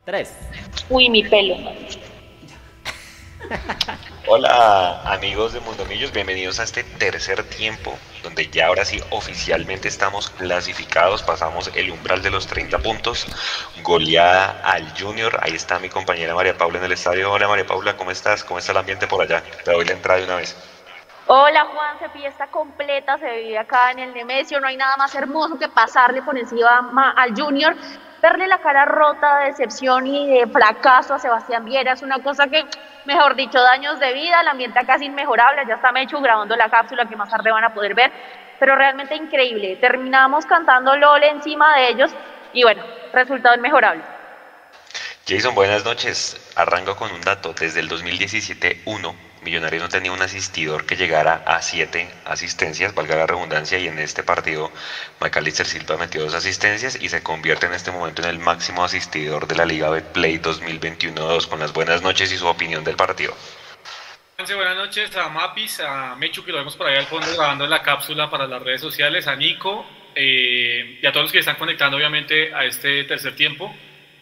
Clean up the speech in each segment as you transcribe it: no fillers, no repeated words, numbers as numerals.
Tres. Uy, mi pelo. Hola amigos de Mundomillos, bienvenidos a este tercer tiempo, donde ya ahora sí oficialmente estamos clasificados, pasamos el umbral de los 30 puntos, goleada al Junior. Ahí está mi compañera María Paula en el estadio. Hola María Paula, ¿cómo estás? ¿Cómo está el ambiente por allá? Te doy la entrada de una vez. Hola Juanse, fiesta completa, se vive acá en el Nemesio, no hay nada más hermoso que pasarle por encima al Junior, verle la cara rota de decepción y de fracaso a Sebastián Viera, es una cosa que, mejor dicho, daños de vida, el ambiente acá es inmejorable, ya está Mechu grabando la cápsula que más tarde van a poder ver, pero realmente increíble, terminamos cantando LOL encima de ellos y bueno, resultado inmejorable. Jason, buenas noches. Arranco con un dato. Desde el 2017-1, Millonarios no tenía un asistidor que llegara a 7 asistencias, valga la redundancia, y en este partido Macalister Silva metió 2 asistencias y se convierte en este momento en el máximo asistidor de la Liga Betplay 2021-2. Con las buenas noches y su opinión del partido. Buenas noches a Mapis, a Mechu, que lo vemos por ahí al fondo grabando la cápsula para las redes sociales, a Nico y a todos los que están conectando obviamente a este tercer tiempo.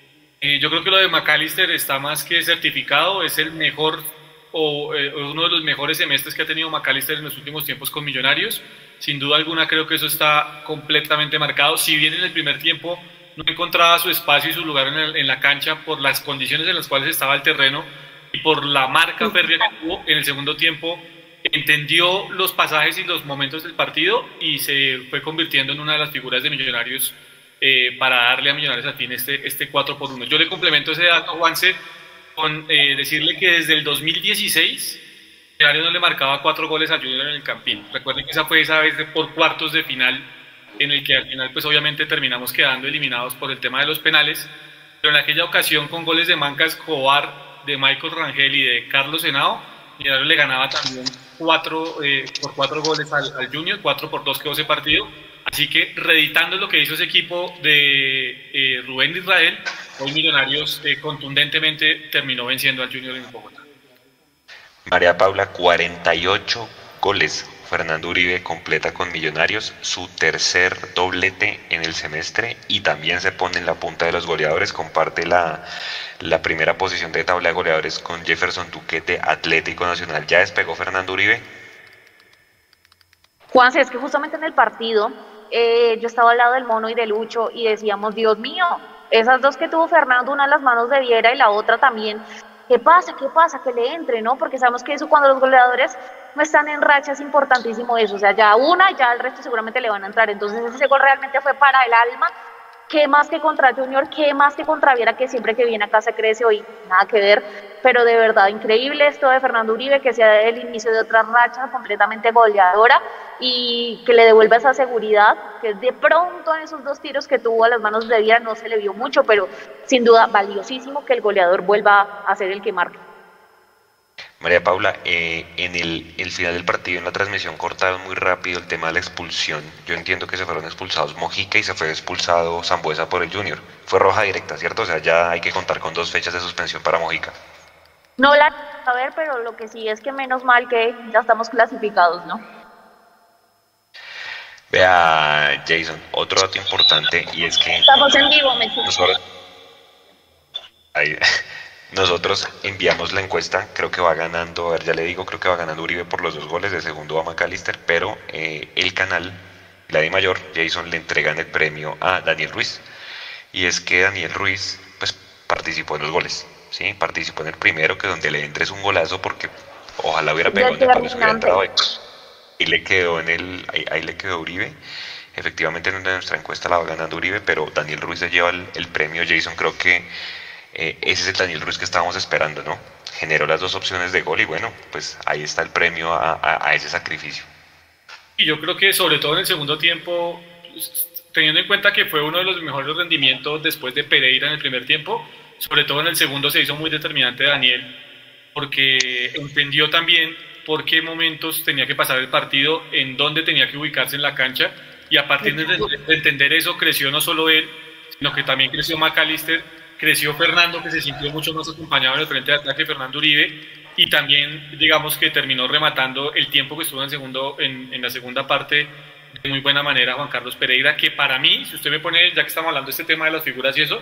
Yo creo que lo de McAllister está más que certificado, es el mejor uno de los mejores semestres que ha tenido McAllister en los últimos tiempos con Millonarios. Sin duda alguna creo que eso está completamente marcado. Si bien en el primer tiempo no encontraba su espacio y su lugar en la cancha por las condiciones en las cuales estaba el terreno y por la marca férrea que tuvo, en el segundo tiempo entendió los pasajes y los momentos del partido y se fue convirtiendo en una de las figuras de Millonarios para darle a Millonarios al fin este 4-1. Yo le complemento ese dato, Juanse, con decirle que desde el 2016 Millonarios no le marcaba 4 goles al Junior en el Campín. Recuerden que esa fue esa vez por cuartos de final, en el que al final pues obviamente terminamos quedando eliminados por el tema de los penales, pero en aquella ocasión con goles de Manca Escobar, de Michael Rangel y de Carlos Henao, Millonarios le ganaba también por 4 goles al Junior, 4-2 quedó ese partido. Así que reeditando lo que hizo ese equipo de Rubén Israel, hoy Millonarios contundentemente terminó venciendo al Junior en Bogotá. María Paula, 48 goles. Fernando Uribe completa con Millonarios su tercer doblete en el semestre y también se pone en la punta de los goleadores. Comparte la primera posición de tabla de goleadores con Jefferson Duque de Atlético Nacional. ¿Ya despegó Fernando Uribe? Juanse, es que justamente en el partido yo estaba al lado del Mono y de Lucho y decíamos, Dios mío, esas dos que tuvo Fernando, una en las manos de Viera y la otra también, ¿qué pasa? Que le entre, ¿no? Porque sabemos que eso cuando los goleadores no están en racha es importantísimo eso, o sea, ya una y ya el resto seguramente le van a entrar, entonces ese gol realmente fue para el alma. ¿Qué más que contra Junior? ¿Qué más que contra Viera, que siempre que viene acá se crece? Hoy nada que ver, pero de verdad increíble esto de Fernando Uribe, que sea el inicio de otra racha completamente goleadora y que le devuelva esa seguridad, que de pronto en esos 2 tiros que tuvo a las manos de Viera no se le vio mucho, pero sin duda valiosísimo que el goleador vuelva a ser el que marque. María Paula, en el final del partido, en la transmisión, cortaron muy rápido el tema de la expulsión. Yo entiendo que se fueron expulsados Mojica y se fue expulsado Sambuesa por el Junior. Fue roja directa, ¿cierto? O sea, ya hay que contar con 2 fechas de suspensión para Mojica. No la a ver, pero lo que sí es que menos mal que ya estamos clasificados, ¿no? Vea, Jason, otro dato importante y es que Estamos en vivo, me ahí, nosotros enviamos la encuesta, creo que va ganando, a ver, ya le digo, creo que va ganando Uribe por los 2 goles, de segundo va McAllister, pero el canal, la de mayor, Jason, le entregan el premio a Daniel Ruiz. Y es que Daniel Ruiz, pues, participó en los goles, ¿sí? Participó en el primero, que donde le entres un golazo, porque ojalá hubiera pegado en el palo, hubiera entrado ahí. Y le quedó ahí le quedó Uribe. Efectivamente, en nuestra encuesta la va ganando Uribe, pero Daniel Ruiz se lleva el premio. Jason, creo que ese es el Daniel Ruiz que estábamos esperando, ¿no? Generó las 2 opciones de gol y bueno, pues ahí está el premio a ese sacrificio. Y yo creo que sobre todo en el segundo tiempo, teniendo en cuenta que fue uno de los mejores rendimientos después de Pereira en el primer tiempo, sobre todo en el segundo se hizo muy determinante Daniel, porque entendió también por qué momentos tenía que pasar el partido, en dónde tenía que ubicarse en la cancha, y a partir de entender eso creció no solo él, sino que también creció McAllister, creció Fernando, que se sintió mucho más acompañado en el frente de ataque, Fernando Uribe, y también digamos que terminó rematando el tiempo que estuvo en la segunda parte de muy buena manera Juan Carlos Pereira, que para mí, si usted me pone, ya que estamos hablando de este tema de las figuras y eso,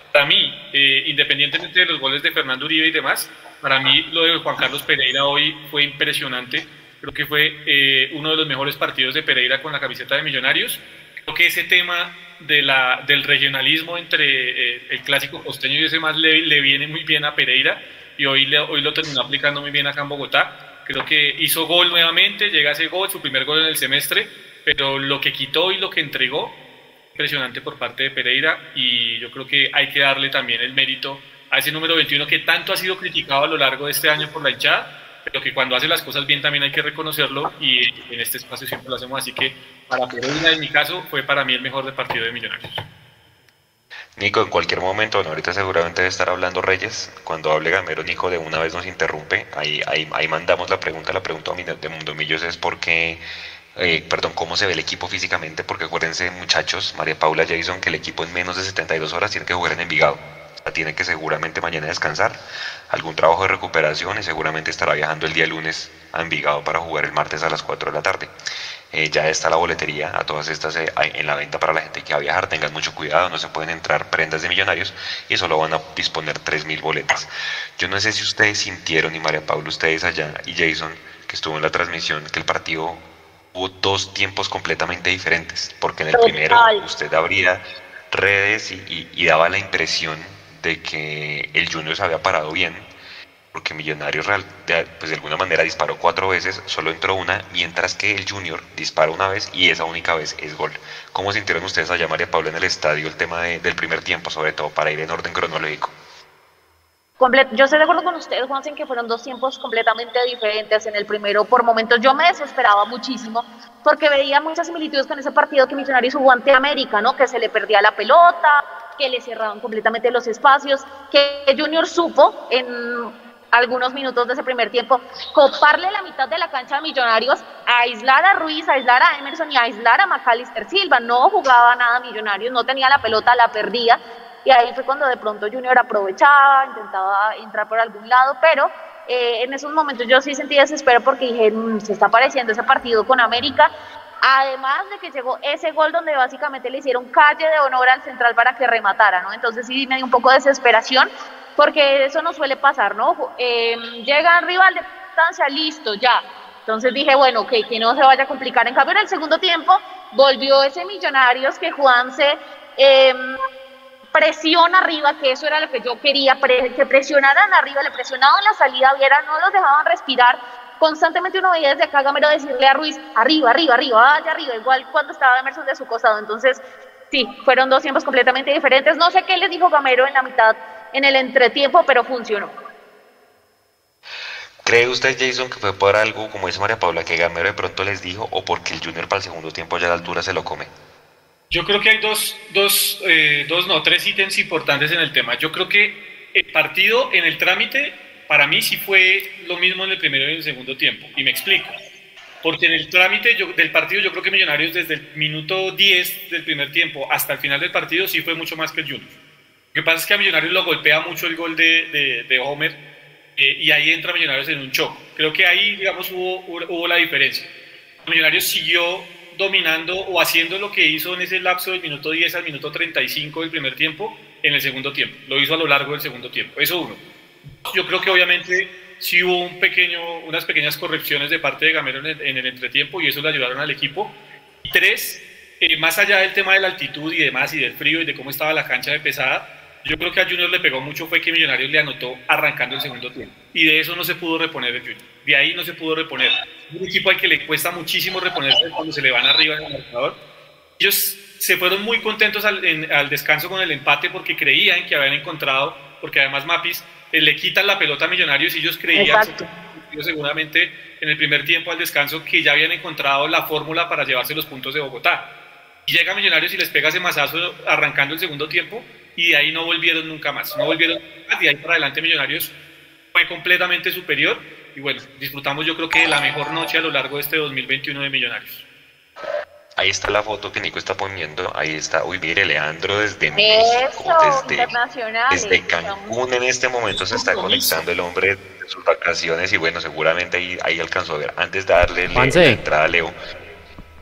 Para mí, independientemente de los goles de Fernando Uribe y demás, para mí lo de Juan Carlos Pereira hoy fue impresionante. Creo que fue uno de los mejores partidos de Pereira con la camiseta de Millonarios. Creo que ese tema del regionalismo entre el clásico costeño y ese más le viene muy bien a Pereira, y hoy lo terminó aplicando muy bien acá en Bogotá. Creo que hizo gol nuevamente, llega a ese gol, su primer gol en el semestre, pero lo que quitó y lo que entregó, impresionante por parte de Pereira, y yo creo que hay que darle también el mérito a ese número 21 que tanto ha sido criticado a lo largo de este año por la hinchada, pero que cuando hace las cosas bien también hay que reconocerlo, y en este espacio siempre lo hacemos. Así que para Pereira, en mi caso, fue para mí el mejor de partido de Millonarios. Nico, en cualquier momento, bueno, ahorita seguramente debe estar hablando Reyes. Cuando hable Gamero, Nico de una vez nos interrumpe. Ahí mandamos la pregunta de Mundo Millos es por qué, cómo se ve el equipo físicamente, porque acuérdense, muchachos, María Paula, Jason, que el equipo en menos de 72 horas tiene que jugar en Envigado. Tiene que seguramente mañana descansar, algún trabajo de recuperación, y seguramente estará viajando el día lunes a Envigado para jugar el martes a las 4 de la tarde. Ya está la boletería a todas estas en la venta para la gente que va a viajar. Tengan mucho cuidado, no se pueden entrar prendas de Millonarios y solo van a disponer 3.000 boletas. Yo no sé si ustedes sintieron, y María Paula, ustedes allá, y Jason, que estuvo en la transmisión, que el partido hubo dos tiempos completamente diferentes, porque en el primero usted abría redes y daba la impresión de que el Junior se había parado bien, porque Millonarios pues de alguna manera disparó 4 veces, solo entró una, mientras que el Junior dispara una vez y esa única vez es gol. ¿Cómo sintieron ustedes allá, María Paula, en el estadio, el tema del primer tiempo, sobre todo, para ir en orden cronológico? Yo estoy de acuerdo con ustedes, Juan, en que fueron dos tiempos completamente diferentes. En el primero, por momentos, yo me desesperaba muchísimo porque veía muchas similitudes con ese partido que Millonarios jugó ante América, ¿no? Que se le perdía la pelota, que le cerraban completamente los espacios, que Junior supo en algunos minutos de ese primer tiempo coparle la mitad de la cancha de Millonarios, a aislar a Ruiz, a aislar a Emerson y a aislar a Macalister Silva. No jugaba nada Millonarios, no tenía la pelota, la perdía. Y ahí fue cuando de pronto Junior aprovechaba, intentaba entrar por algún lado, pero en esos momentos yo sí sentí desespero porque dije, se está pareciendo ese partido con América, además de que llegó ese gol donde básicamente le hicieron calle de honor al central para que rematara, ¿no? Entonces sí me dio un poco de desesperación, porque eso no suele pasar, ¿no? Llega el rival de distancia, listo, ya. Entonces dije, bueno, que no se vaya a complicar. En cambio, en el segundo tiempo volvió ese Millonarios que Juanse presión arriba, que eso era lo que yo quería, que presionaran arriba, le presionaban la salida, Viera, no los dejaban respirar. Constantemente uno veía desde acá Gamero decirle a Ruiz, arriba, arriba, arriba, vaya arriba, igual cuando estaba Emerson de su costado. Entonces, sí, fueron dos tiempos completamente diferentes. No sé qué les dijo Gamero en la mitad, en el entretiempo, pero funcionó. ¿Cree usted, Jason, que fue por algo, como dice María Paula, que Gamero de pronto les dijo, o porque el Junior para el segundo tiempo ya a la altura se lo come? Yo creo que hay tres ítems importantes en el tema. Yo creo que el partido en el trámite, para mí sí fue lo mismo en el primero y en el segundo tiempo. Y me explico. Porque en el trámite del partido yo creo que Millonarios desde el minuto 10 del primer tiempo hasta el final del partido sí fue mucho más que el Junior. Lo que pasa es que a Millonarios lo golpea mucho el gol de Homer, y ahí entra Millonarios en un shock. Creo que ahí, digamos, hubo la diferencia. Millonarios siguió dominando o haciendo lo que hizo en ese lapso del minuto 10 al minuto 35 del primer tiempo en el segundo tiempo. Lo hizo a lo largo del segundo tiempo. Eso uno. Yo creo que obviamente sí hubo unas pequeñas correcciones de parte de Gamero en el entretiempo, y eso le ayudaron al equipo. Y tres, más allá del tema de la altitud y demás, y del frío y de cómo estaba la cancha de pesada, yo creo que a Junior le pegó mucho fue que Millonarios le anotó arrancando el segundo tiempo. Y de eso no se pudo reponer el Junior. De ahí no se pudo reponer. Un equipo al que le cuesta muchísimo reponerse cuando se le van arriba en el marcador. Ellos se fueron muy contentos al descanso con el empate porque creían que habían encontrado, porque además Mapis le quitan la pelota a Millonarios y ellos creían, seguramente en el primer tiempo al descanso, que ya habían encontrado la fórmula para llevarse los puntos de Bogotá. Y llega Millonarios y les pega ese mazazo arrancando el segundo tiempo, y de ahí no volvieron nunca más. De ahí para adelante Millonarios fue completamente superior, y bueno, disfrutamos yo creo que de la mejor noche a lo largo de este 2021 de Millonarios. Ahí está la foto que Nico está poniendo, ahí está, uy, mire, Leandro desde México, desde Cancún en este momento se está conectando el hombre de sus vacaciones, y bueno, seguramente ahí alcanzó a ver. Antes de darle la entrada a Leo, señor.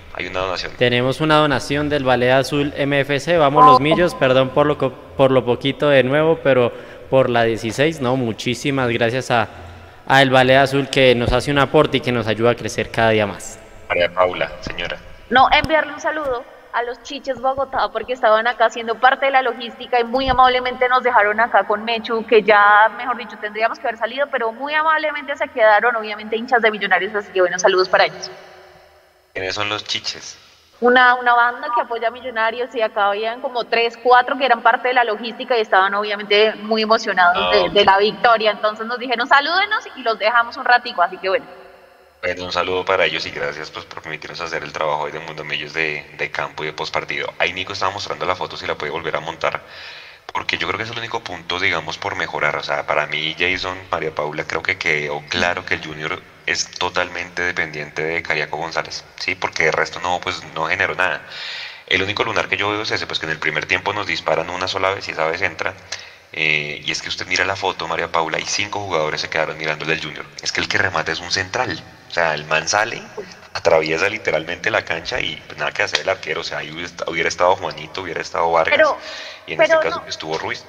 hay una donación. Tenemos una donación del Ballet Azul MFC, vamos los millos, perdón por lo poquito de nuevo, pero por la 16, no, muchísimas gracias a el Ballet Azul que nos hace un aporte y que nos ayuda a crecer cada día más. María Paula, señora. No, enviarle un saludo a los Chiches Bogotá porque estaban acá siendo parte de la logística y muy amablemente nos dejaron acá con Mechu, que ya, mejor dicho, tendríamos que haber salido, pero muy amablemente se quedaron, obviamente hinchas de Millonarios, así que bueno, saludos para ellos. ¿Quiénes son los Chiches? Una banda que apoya a Millonarios y acá habían como 3, 4 que eran parte de la logística y estaban obviamente muy emocionados de la victoria, entonces nos dijeron salúdenos y los dejamos un ratico, así que bueno. Bueno, un saludo para ellos y gracias pues por permitirnos hacer el trabajo hoy de Mundo Millos de campo y de postpartido. Ahí Nico estaba mostrando la foto, si la puede volver a montar, porque yo creo que es el único punto, digamos, por mejorar. O sea, para mí, Jason, María Paula, creo que quedó claro que el Junior es totalmente dependiente de Cariaco González, ¿sí? Porque el resto no generó nada. El único lunar que yo veo es ese, pues que en el primer tiempo nos disparan una sola vez y esa vez entra. Y es que usted mira la foto, María Paula, y 5 jugadores se quedaron mirando el del Junior. Es que el que remata es un central. O sea, el man sale, atraviesa literalmente la cancha y pues nada que hacer el arquero. O sea, ahí hubiera estado Juanito, hubiera estado Vargas, y en este caso no, estuvo Ruiz.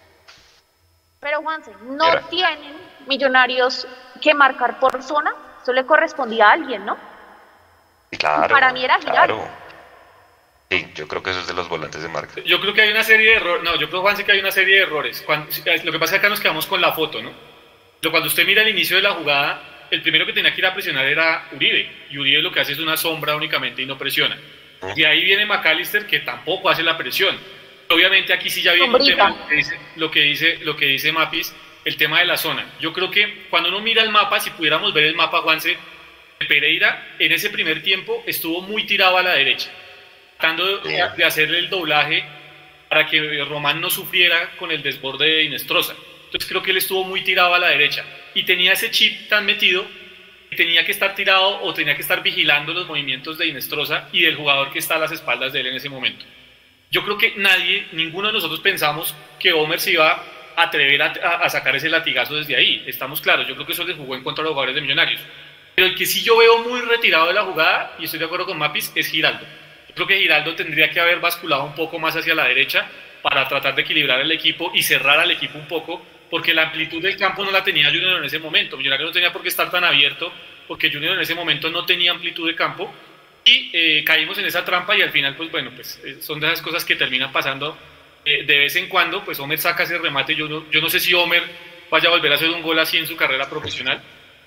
Pero Juanse, no tienen Millonarios que marcar por zona, eso le correspondía a alguien, ¿no? Claro, para mí era Giraldo. Claro. Sí, yo creo que eso es de los volantes de marca. Yo creo que hay una serie de errores. No, yo creo, Juanse, que hay una serie de errores. Lo que pasa es que acá nos quedamos con la foto, ¿no? Pero cuando usted mira el inicio de la jugada, el primero que tenía que ir a presionar era Uribe. Y Uribe lo que hace es una sombra únicamente y no presiona. Y ahí viene McAllister, que tampoco hace la presión. Obviamente aquí sí ya viene un tema, lo que dice Mapis, el tema de la zona. Yo creo que cuando uno mira el mapa, si pudiéramos ver el mapa, Juanse, Pereira en ese primer tiempo estuvo muy tirado a la derecha, tratando de hacerle el doblaje para que Román no sufriera con el desborde de Inestrosa. Entonces creo que él estuvo muy tirado a la derecha y tenía ese chip tan metido que tenía que estar tirado o tenía que estar vigilando los movimientos de Inestrosa y del jugador que está a las espaldas de él en ese momento. Yo creo que ninguno de nosotros pensamos que Homer se iba a atrever a sacar ese latigazo desde ahí. Estamos claros, yo creo que eso le jugó en contra de los jugadores de Millonarios. Pero el que sí yo veo muy retirado de la jugada, y estoy de acuerdo con Mapis, es Giraldo. Yo creo que Giraldo tendría que haber basculado un poco más hacia la derecha para tratar de equilibrar el equipo y cerrar al equipo un poco, porque la amplitud del campo no la tenía Junior en ese momento. Millonarios no tenía por qué estar tan abierto, porque Junior en ese momento no tenía amplitud de campo, y caímos en esa trampa y al final, pues bueno, pues son de esas cosas que terminan pasando de vez en cuando. Pues Homer saca ese remate, yo no sé si Homer vaya a volver a hacer un gol así en su carrera profesional.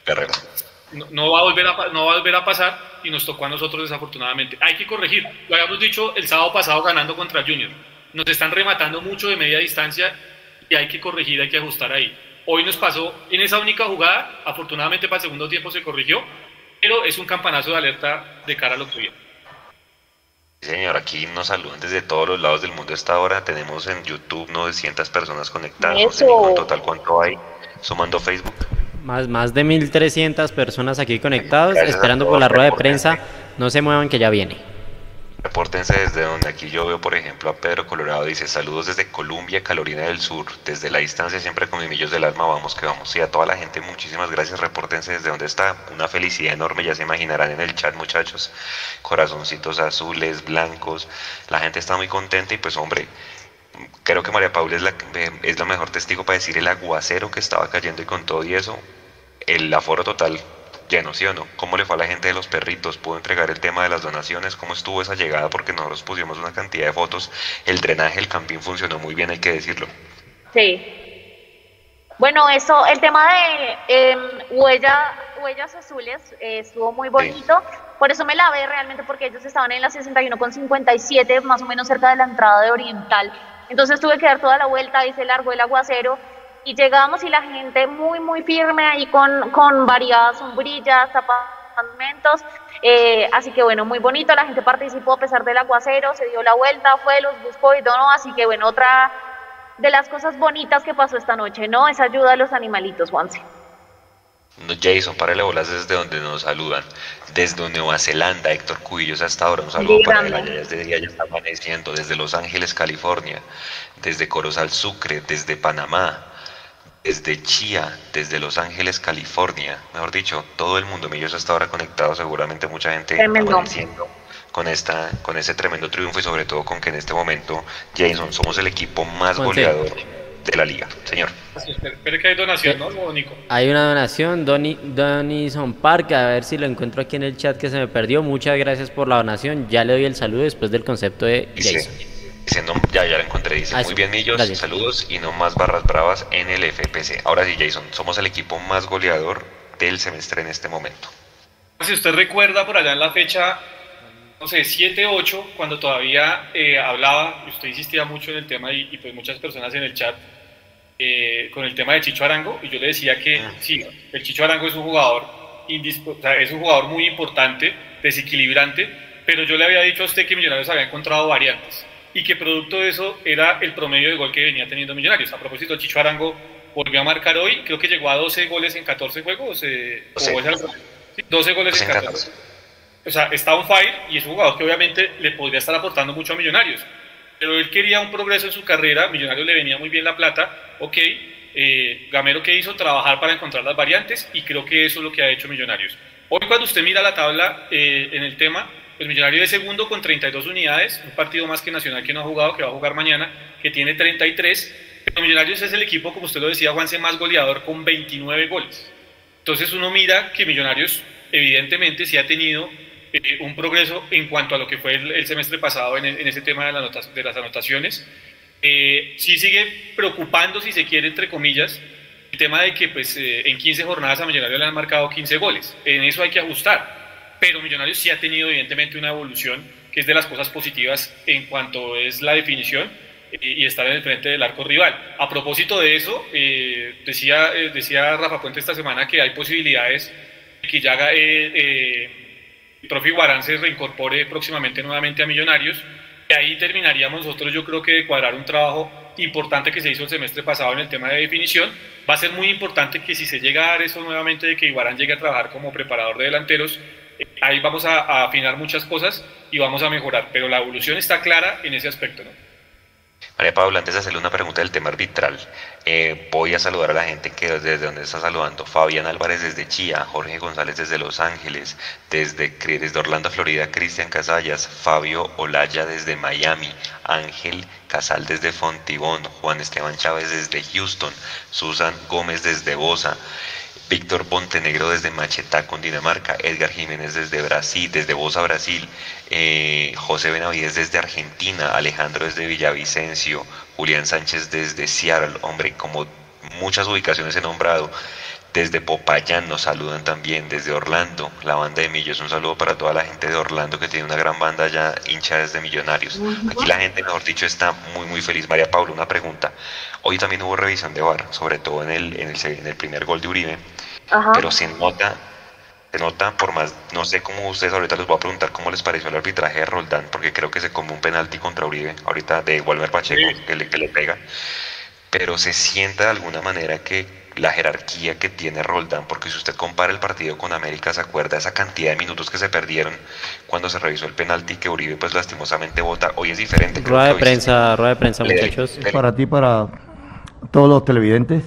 No va a volver a pasar y nos tocó a nosotros desafortunadamente. Hay que corregir, lo habíamos dicho el sábado pasado ganando contra el Junior. Nos están rematando mucho de media distancia y hay que corregir, hay que ajustar ahí. Hoy nos pasó en esa única jugada, afortunadamente para el segundo tiempo se corrigió, pero es un campanazo de alerta de cara a lo que viene. Sí, señor, aquí nos saludan desde todos los lados del mundo a esta hora. Tenemos en YouTube 900 personas conectadas. No sé ni en total cuánto hay, sumando Facebook. Más de 1.300 personas aquí conectados, esperando por la rueda de prensa. No se muevan que ya viene. Repórtense desde donde. Aquí yo veo, por ejemplo, a Pedro Colorado, dice: saludos desde Colombia, Carolina del Sur, desde la distancia, siempre con mis millos del alma, vamos que vamos. Y a toda la gente, muchísimas gracias. Repórtense desde donde está. Una felicidad enorme, ya se imaginarán en el chat, muchachos. Corazoncitos azules, blancos. La gente está muy contenta y pues, hombre, creo que María Paula es la mejor testigo para decir el aguacero que estaba cayendo y con todo y eso, el aforo total lleno, ¿sí o no? ¿Cómo le fue a la gente de los perritos? ¿Pudo entregar el tema de las donaciones? ¿Cómo estuvo esa llegada? Porque nosotros pusimos una cantidad de fotos. El drenaje, el campín funcionó muy bien, hay que decirlo. Sí. Bueno, el tema de huellas azules estuvo muy bonito. Sí. Por eso me lavé realmente, porque ellos estaban en la 61,57, más o menos cerca de la entrada de Oriental. Entonces tuve que dar toda la vuelta y se largó el aguacero. Y llegamos y la gente muy, muy firme ahí con varias sombrillas, tapamentos. Así que bueno, muy bonito. La gente participó a pesar del aguacero, se dio la vuelta, los buscó y donó. Así que bueno, otra de las cosas bonitas que pasó esta noche, ¿no? Esa ayuda a los animalitos, Juanse. Jason, párale bolas desde donde nos saludan. Desde Nueva Zelanda, Héctor Cubillos hasta ahora, un saludo para él, allá desde día ya está amaneciendo. Desde Los Ángeles, California, desde Corozal, Sucre, desde Panamá, desde Chía, desde Los Ángeles, California. Mejor dicho, todo el mundo millos hasta ahora conectado, seguramente mucha gente amaneciendo con este tremendo triunfo y sobre todo con que en este momento, Jason, somos el equipo más Juanse, goleador de la liga. Señor. Espere que hay donación, ¿no, Nico? hay una donación, Donison Park, a ver si lo encuentro aquí en el chat que se me perdió. Muchas gracias por la donación. Ya le doy el saludo después del concepto de Jason. Dice, no, ya lo encontré, dice, muy bien Millos, gracias. saludos y no más barras bravas en el FPC. Ahora sí, Jason, somos el equipo más goleador del semestre en este momento. Si usted recuerda por allá en la fecha, no sé, 7-8, cuando todavía hablaba, y usted insistía mucho en el tema, y pues muchas personas en el chat, con el tema de Chicho Arango, y yo le decía que sí, el Chicho Arango es un jugador, o sea, es un jugador muy importante, desequilibrante, pero yo le había dicho a usted que Millonarios había encontrado variantes, y que producto de eso era el promedio de gol que venía teniendo Millonarios. A propósito, Chicho Arango volvió a marcar hoy, creo que llegó a 12 goles en 14 juegos, o es algo, sí, 12 goles en 14. O sea, está on fire y es un jugador que obviamente le podría estar aportando mucho a Millonarios. Pero él quería un progreso en su carrera, Millonarios le venía muy bien la plata, ok, Gamero que hizo, trabajar para encontrar las variantes y creo que eso es lo que ha hecho Millonarios. Hoy cuando usted mira la tabla en el tema, pues Millonarios es segundo con 32 unidades, un partido más que Nacional que no ha jugado, que va a jugar mañana, que tiene 33, pero Millonarios es el equipo, como usted lo decía, Juanse, más goleador con 29 goles. Entonces uno mira que Millonarios evidentemente sí ha tenido un progreso en cuanto a lo que fue el semestre pasado en ese tema de las anotaciones. Sí sigue preocupando, si se quiere, entre comillas, el tema de que pues, en 15 jornadas a Millonarios le han marcado 15 goles. En eso hay que ajustar. Pero Millonarios sí ha tenido evidentemente una evolución que es de las cosas positivas en cuanto es la definición y estar en el frente del arco rival. A propósito de eso, decía Rafa Puente esta semana que hay posibilidades de que ya el profe Iguarán se reincorpore próximamente nuevamente a Millonarios. Y ahí terminaríamos nosotros, yo creo que de cuadrar un trabajo importante que se hizo el semestre pasado en el tema de definición. Va a ser muy importante que si se llega a dar eso nuevamente, de que Iguarán llegue a trabajar como preparador de delanteros, ahí vamos a afinar muchas cosas y vamos a mejorar. Pero la evolución está clara en ese aspecto, ¿no? María Paula, antes de hacerle una pregunta del tema arbitral, voy a saludar a la gente que desde donde está saludando. Fabián Álvarez desde Chía, Jorge González desde Los Ángeles, desde Orlando, Florida, Cristian Casallas, Fabio Olaya desde Miami, Ángel Casal desde Fontibón, Juan Esteban Chávez desde Houston, Susan Gómez desde Bosa, Víctor Montenegro desde Machetá, Dinamarca, Edgar Jiménez desde Brasil, desde Bosa, Brasil, José Benavides desde Argentina, Alejandro desde Villavicencio, Julián Sánchez desde Seattle, hombre, como muchas ubicaciones he nombrado, desde Popayán nos saludan también, desde Orlando, la banda de Millos, un saludo para toda la gente de Orlando que tiene una gran banda ya hincha desde Millonarios. Aquí la gente, mejor dicho, está muy muy feliz. María Paula, una pregunta. Hoy también hubo revisión de VAR, sobre todo en el primer gol de Uribe, pero se nota por más, no sé cómo ustedes, ahorita les voy a preguntar cómo les pareció el arbitraje de Roldán, porque creo que se comió un penalti contra Uribe, ahorita de Walmer Pacheco, que le pega, pero se sienta de alguna manera que la jerarquía que tiene Roldán, porque si usted compara el partido con América, se acuerda esa cantidad de minutos que se perdieron cuando se revisó el penalti que Uribe pues lastimosamente vota, hoy es diferente. Rueda de prensa, muchachos. Para ti, para todos los televidentes.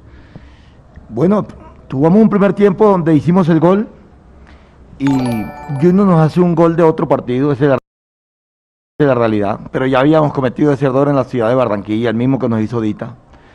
Bueno, tuvimos un primer tiempo donde hicimos el gol y Junior nos hace un gol de otro partido, esa es la realidad, pero ya habíamos cometido ese error en la ciudad de Barranquilla, el mismo que nos hizo Dita.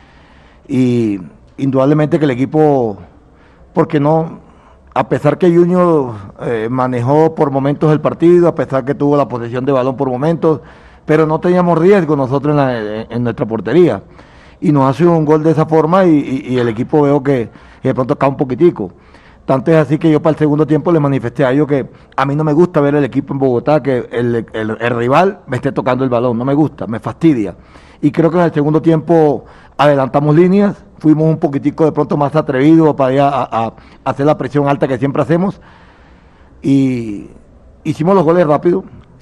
Y indudablemente que el equipo, porque no, a pesar que Junior manejó por momentos el partido, a pesar que tuvo la posesión de balón por momentos, pero no teníamos riesgo nosotros en nuestra portería. Y nos hace un gol de esa forma y el equipo veo que de pronto cae un poquitico. Tanto es así que yo para el segundo tiempo le manifesté a ellos que a mí no me gusta ver el equipo en Bogotá, que el rival me esté tocando el balón, no me gusta, me fastidia. Y creo que en el segundo tiempo adelantamos líneas, fuimos un poquitico de pronto más atrevidos para ir a hacer la presión alta que siempre hacemos. Y hicimos los goles rápido.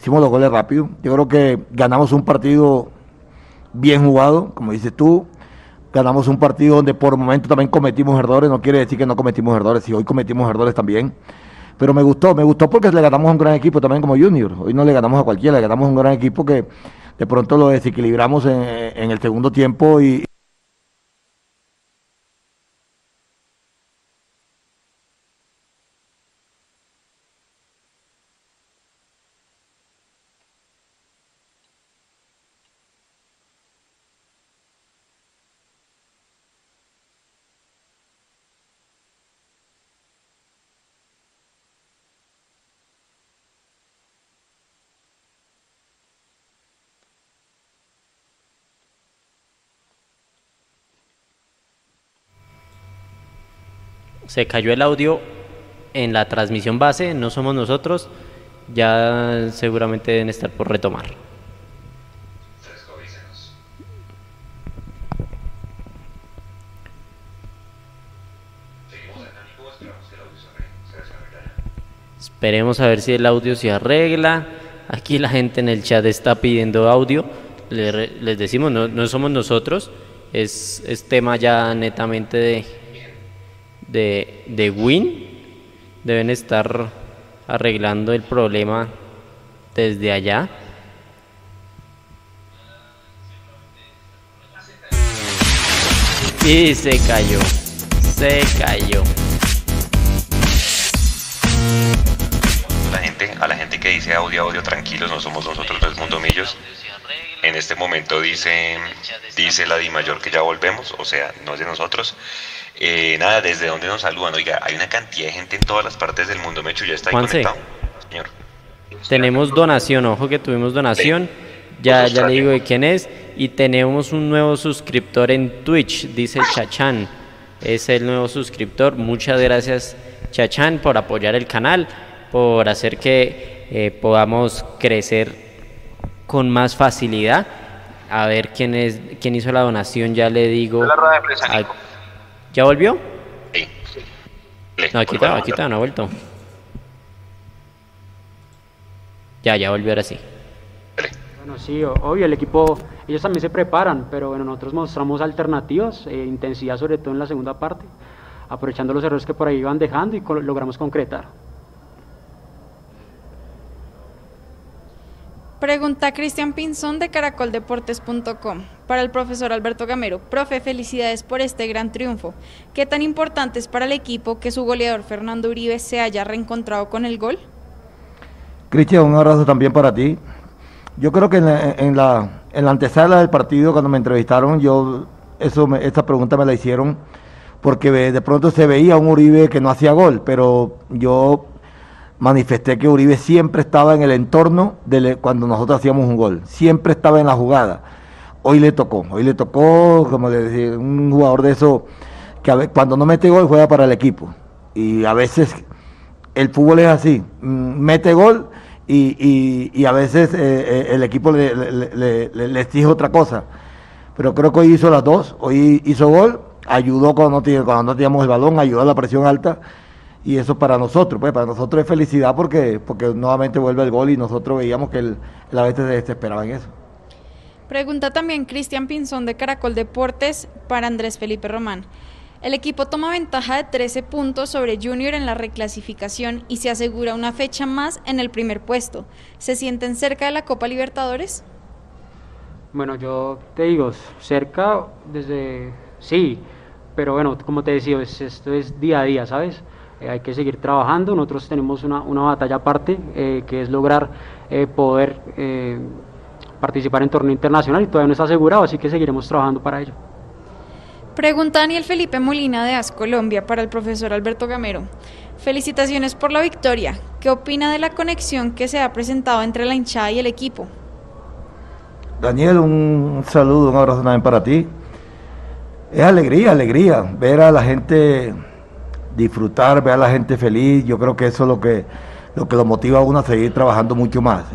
Yo creo que ganamos un partido bien jugado, como dices tú. Ganamos un partido donde por momentos también cometimos errores, no quiere decir que no cometimos errores, si hoy cometimos errores también. Pero me gustó porque le ganamos a un gran equipo también como Junior. Hoy no le ganamos a cualquiera, le ganamos a un gran equipo que de pronto lo desequilibramos en el segundo tiempo y Se cayó el audio en la transmisión base, no somos nosotros. Ya seguramente deben estar por retomar. Esperemos a ver si el audio se arregla. Aquí la gente en el chat está pidiendo audio. Les decimos, no somos nosotros. Es tema ya netamente de Win. Deben estar arreglando el problema desde allá. Y se cayó. A la gente que dice audio, tranquilos, no somos nosotros, no es Mundo Millos. En este momento dice la Di Mayor que ya volvemos, o sea, no es de nosotros. Nada, desde donde nos saludan. Oiga, hay una cantidad de gente en todas las partes del mundo. Mechu, ¿ya está ahí Juanse, conectado, señor? Tenemos donación, ojo que tuvimos donación. Ya le digo de quién es. Y tenemos un nuevo suscriptor en Twitch, dice Chachán. Es el nuevo suscriptor. Muchas gracias, Chachán, por apoyar el canal, por hacer que podamos crecer con más facilidad. A ver quién hizo la donación, ya le digo. La rueda de prensa, ¿Ya volvió? Sí. No, aquí está, no ha vuelto. Ya volvió ahora sí. Bueno, sí, obvio, el equipo, ellos también se preparan, pero bueno, nosotros mostramos alternativas, intensidad sobre todo en la segunda parte, aprovechando los errores que por ahí iban dejando y logramos concretar. Pregunta Cristian Pinzón de caracoldeportes.com para el profesor Alberto Gamero. Profe, felicidades por este gran triunfo. ¿Qué tan importante es para el equipo que su goleador Fernando Uribe se haya reencontrado con el gol? Cristian, un abrazo también para ti. Yo creo que en la antesala del partido, cuando me entrevistaron, esta pregunta me la hicieron porque de pronto se veía un Uribe que no hacía gol, pero yo manifesté que Uribe siempre estaba en el entorno cuando nosotros hacíamos un gol, siempre estaba en la jugada. Hoy le tocó, como le decía, un jugador de eso que cuando no mete gol juega para el equipo. Y a veces el fútbol es así, mete gol y a veces el equipo le exige otra cosa. Pero creo que hoy hizo las dos, hoy hizo gol, ayudó cuando no teníamos el balón, ayudó a la presión alta. Y eso para nosotros es felicidad porque nuevamente vuelve el gol y nosotros veíamos que la vez se desesperaba en eso. Pregunta también Cristian Pinzón de Caracol Deportes para Andrés Felipe Román. El equipo toma ventaja de 13 puntos sobre Junior en la reclasificación y se asegura una fecha más en el primer puesto. ¿Se sienten cerca de la Copa Libertadores? Bueno, yo te digo, cerca sí, pero bueno, como te decía, esto es día a día, ¿sabes? Hay que seguir trabajando. Nosotros tenemos una batalla aparte, que es lograr poder participar en torneo internacional y todavía no está asegurado, así que seguiremos trabajando para ello. Pregunta Daniel Felipe Molina de AS Colombia para el profesor Alberto Gamero. Felicitaciones por la victoria. ¿Qué opina de la conexión que se ha presentado entre la hinchada y el equipo? Daniel, un saludo, un abrazo también para ti. Es alegría ver a la gente disfrutar, ver a la gente feliz. Yo creo que eso es lo que lo motiva a uno a seguir trabajando mucho más.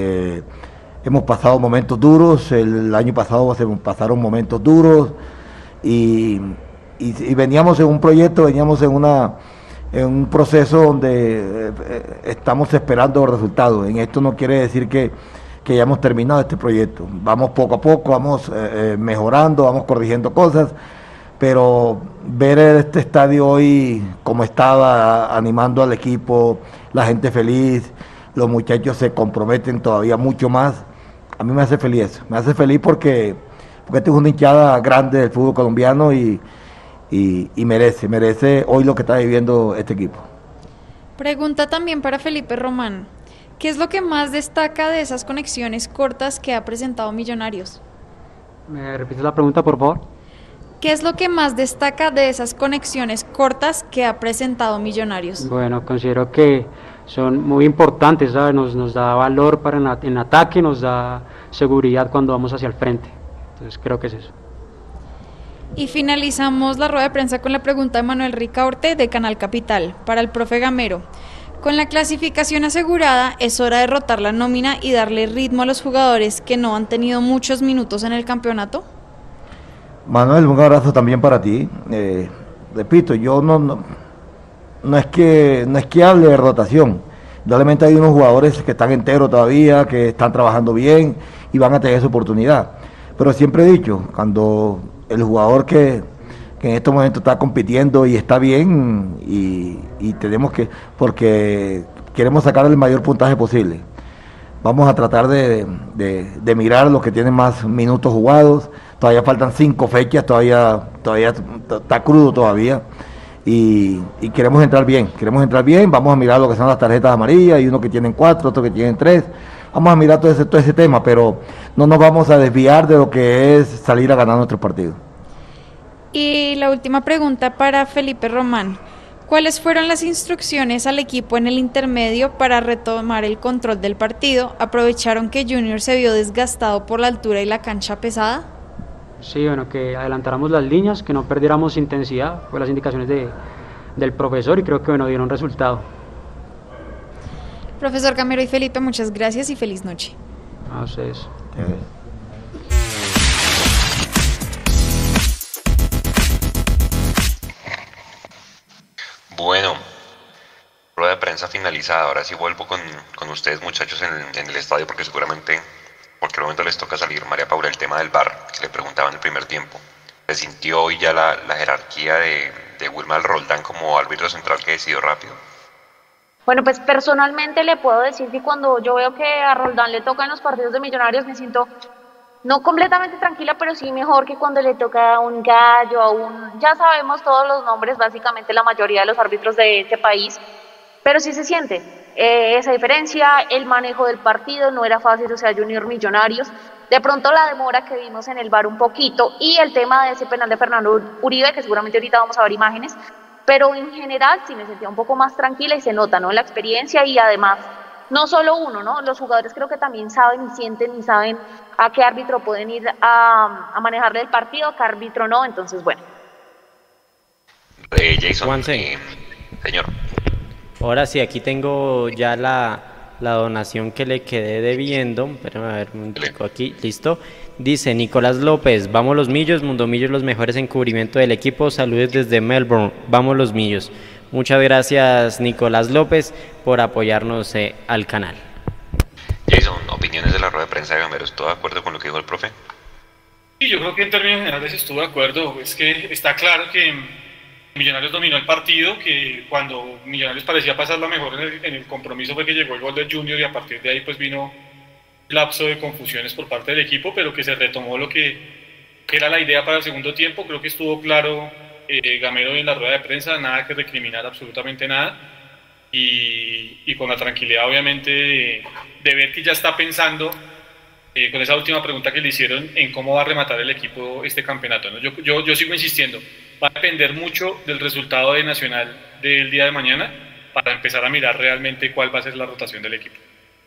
Hemos pasado momentos duros, el año pasado se pasaron momentos duros y veníamos en un proyecto, veníamos en un proceso donde estamos esperando resultados. En esto no quiere decir que ya hemos terminado este proyecto. Vamos poco a poco, vamos mejorando, vamos corrigiendo cosas, pero ver este estadio hoy como estaba, animando al equipo, la gente feliz, los muchachos se comprometen todavía mucho más, a mí me hace feliz eso. Me hace feliz porque esta es una hinchada grande del fútbol colombiano y merece hoy lo que está viviendo este equipo. Pregunta también para Felipe Román. ¿Qué es lo que más destaca de esas conexiones cortas que ha presentado Millonarios? ¿Me repites la pregunta, por favor? ¿Qué es lo que más destaca de esas conexiones cortas que ha presentado Millonarios? Bueno, considero que son muy importantes, ¿sabes? Nos da valor en ataque, nos da seguridad cuando vamos hacia el frente. Entonces creo que es eso. Y finalizamos la rueda de prensa con la pregunta de Manuel Ricaurte de Canal Capital para el profe Gamero. Con la clasificación asegurada, es hora de rotar la nómina y darle ritmo a los jugadores que no han tenido muchos minutos en el campeonato. Manuel, un abrazo también para ti. Repito, yo no es que hable de rotación. Indudablemente hay unos jugadores que están enteros todavía, que están trabajando bien y van a tener su oportunidad. Pero siempre he dicho, cuando el jugador que en estos momentos está compitiendo y está bien y tenemos que, porque queremos sacar el mayor puntaje posible. Vamos a tratar de mirar los que tienen más minutos jugados. Todavía faltan 5 fechas, todavía está crudo todavía. Y queremos entrar bien, vamos a mirar lo que son las tarjetas amarillas, hay unos que tienen 4, otros que tienen 3, vamos a mirar todo ese tema, pero no nos vamos a desviar de lo que es salir a ganar nuestros partidos. Y la última pregunta para Felipe Román, ¿cuáles fueron las instrucciones al equipo en el intermedio para retomar el control del partido? ¿Aprovecharon que Junior se vio desgastado por la altura y la cancha pesada? Sí, bueno, que adelantáramos las líneas, que no perdiéramos intensidad, fue las indicaciones del profesor y creo que bueno, dieron resultado. Profesor Gamero y Felipe, muchas gracias y feliz noche. A ustedes. Bueno, rueda de prensa finalizada. Ahora sí vuelvo con ustedes, muchachos, en el estadio, porque seguramente en cualquier momento les toca salir. María Paula, el tema del VAR, que le preguntaba en el primer tiempo. ¿Se sintió hoy ya la jerarquía de Wilmar Roldán como árbitro central que decidió rápido? Bueno, pues personalmente le puedo decir que cuando yo veo que a Roldán le toca en los partidos de Millonarios me siento no completamente tranquila, pero sí mejor que cuando le toca a un Gallo, ya sabemos todos los nombres, básicamente la mayoría de los árbitros de este país, pero sí se siente esa diferencia, el manejo del partido no era fácil, o sea, Junior Millonarios, de pronto la demora que vimos en el VAR un poquito y el tema de ese penal de Fernando Uribe, que seguramente ahorita vamos a ver imágenes, pero en general sí me sentía un poco más tranquila y se nota, ¿no?, la experiencia y además no solo uno, ¿no? Los jugadores creo que también saben y sienten y saben a qué árbitro pueden ir a manejarle el partido, a qué árbitro no, entonces bueno. Jason, señor. Ahora sí, aquí tengo ya la donación que le quedé debiendo, pero a ver, un chico aquí, listo. Dice Nicolás López, vamos los Millos, Mundo Millos los mejores en cubrimiento del equipo, saludos desde Melbourne, vamos los Millos. Muchas gracias Nicolás López por apoyarnos al canal. Jason, opiniones de la rueda de prensa de Gamero, ¿estoy de acuerdo con lo que dijo el profe? Sí, yo creo que en términos generales estuve de acuerdo, es que está claro que Millonarios dominó el partido, que cuando Millonarios parecía pasarlo mejor en el compromiso fue que llegó el gol de Junior y a partir de ahí pues vino un lapso de confusiones por parte del equipo, pero que se retomó lo que era la idea para el segundo tiempo. Creo que estuvo claro Gamero en la rueda de prensa, nada que recriminar, absolutamente nada, y con la tranquilidad obviamente de ver que ya está pensando con esa última pregunta que le hicieron en cómo va a rematar el equipo este campeonato, ¿no? Yo sigo insistiendo, va a depender mucho del resultado de Nacional del día de mañana para empezar a mirar realmente cuál va a ser la rotación del equipo.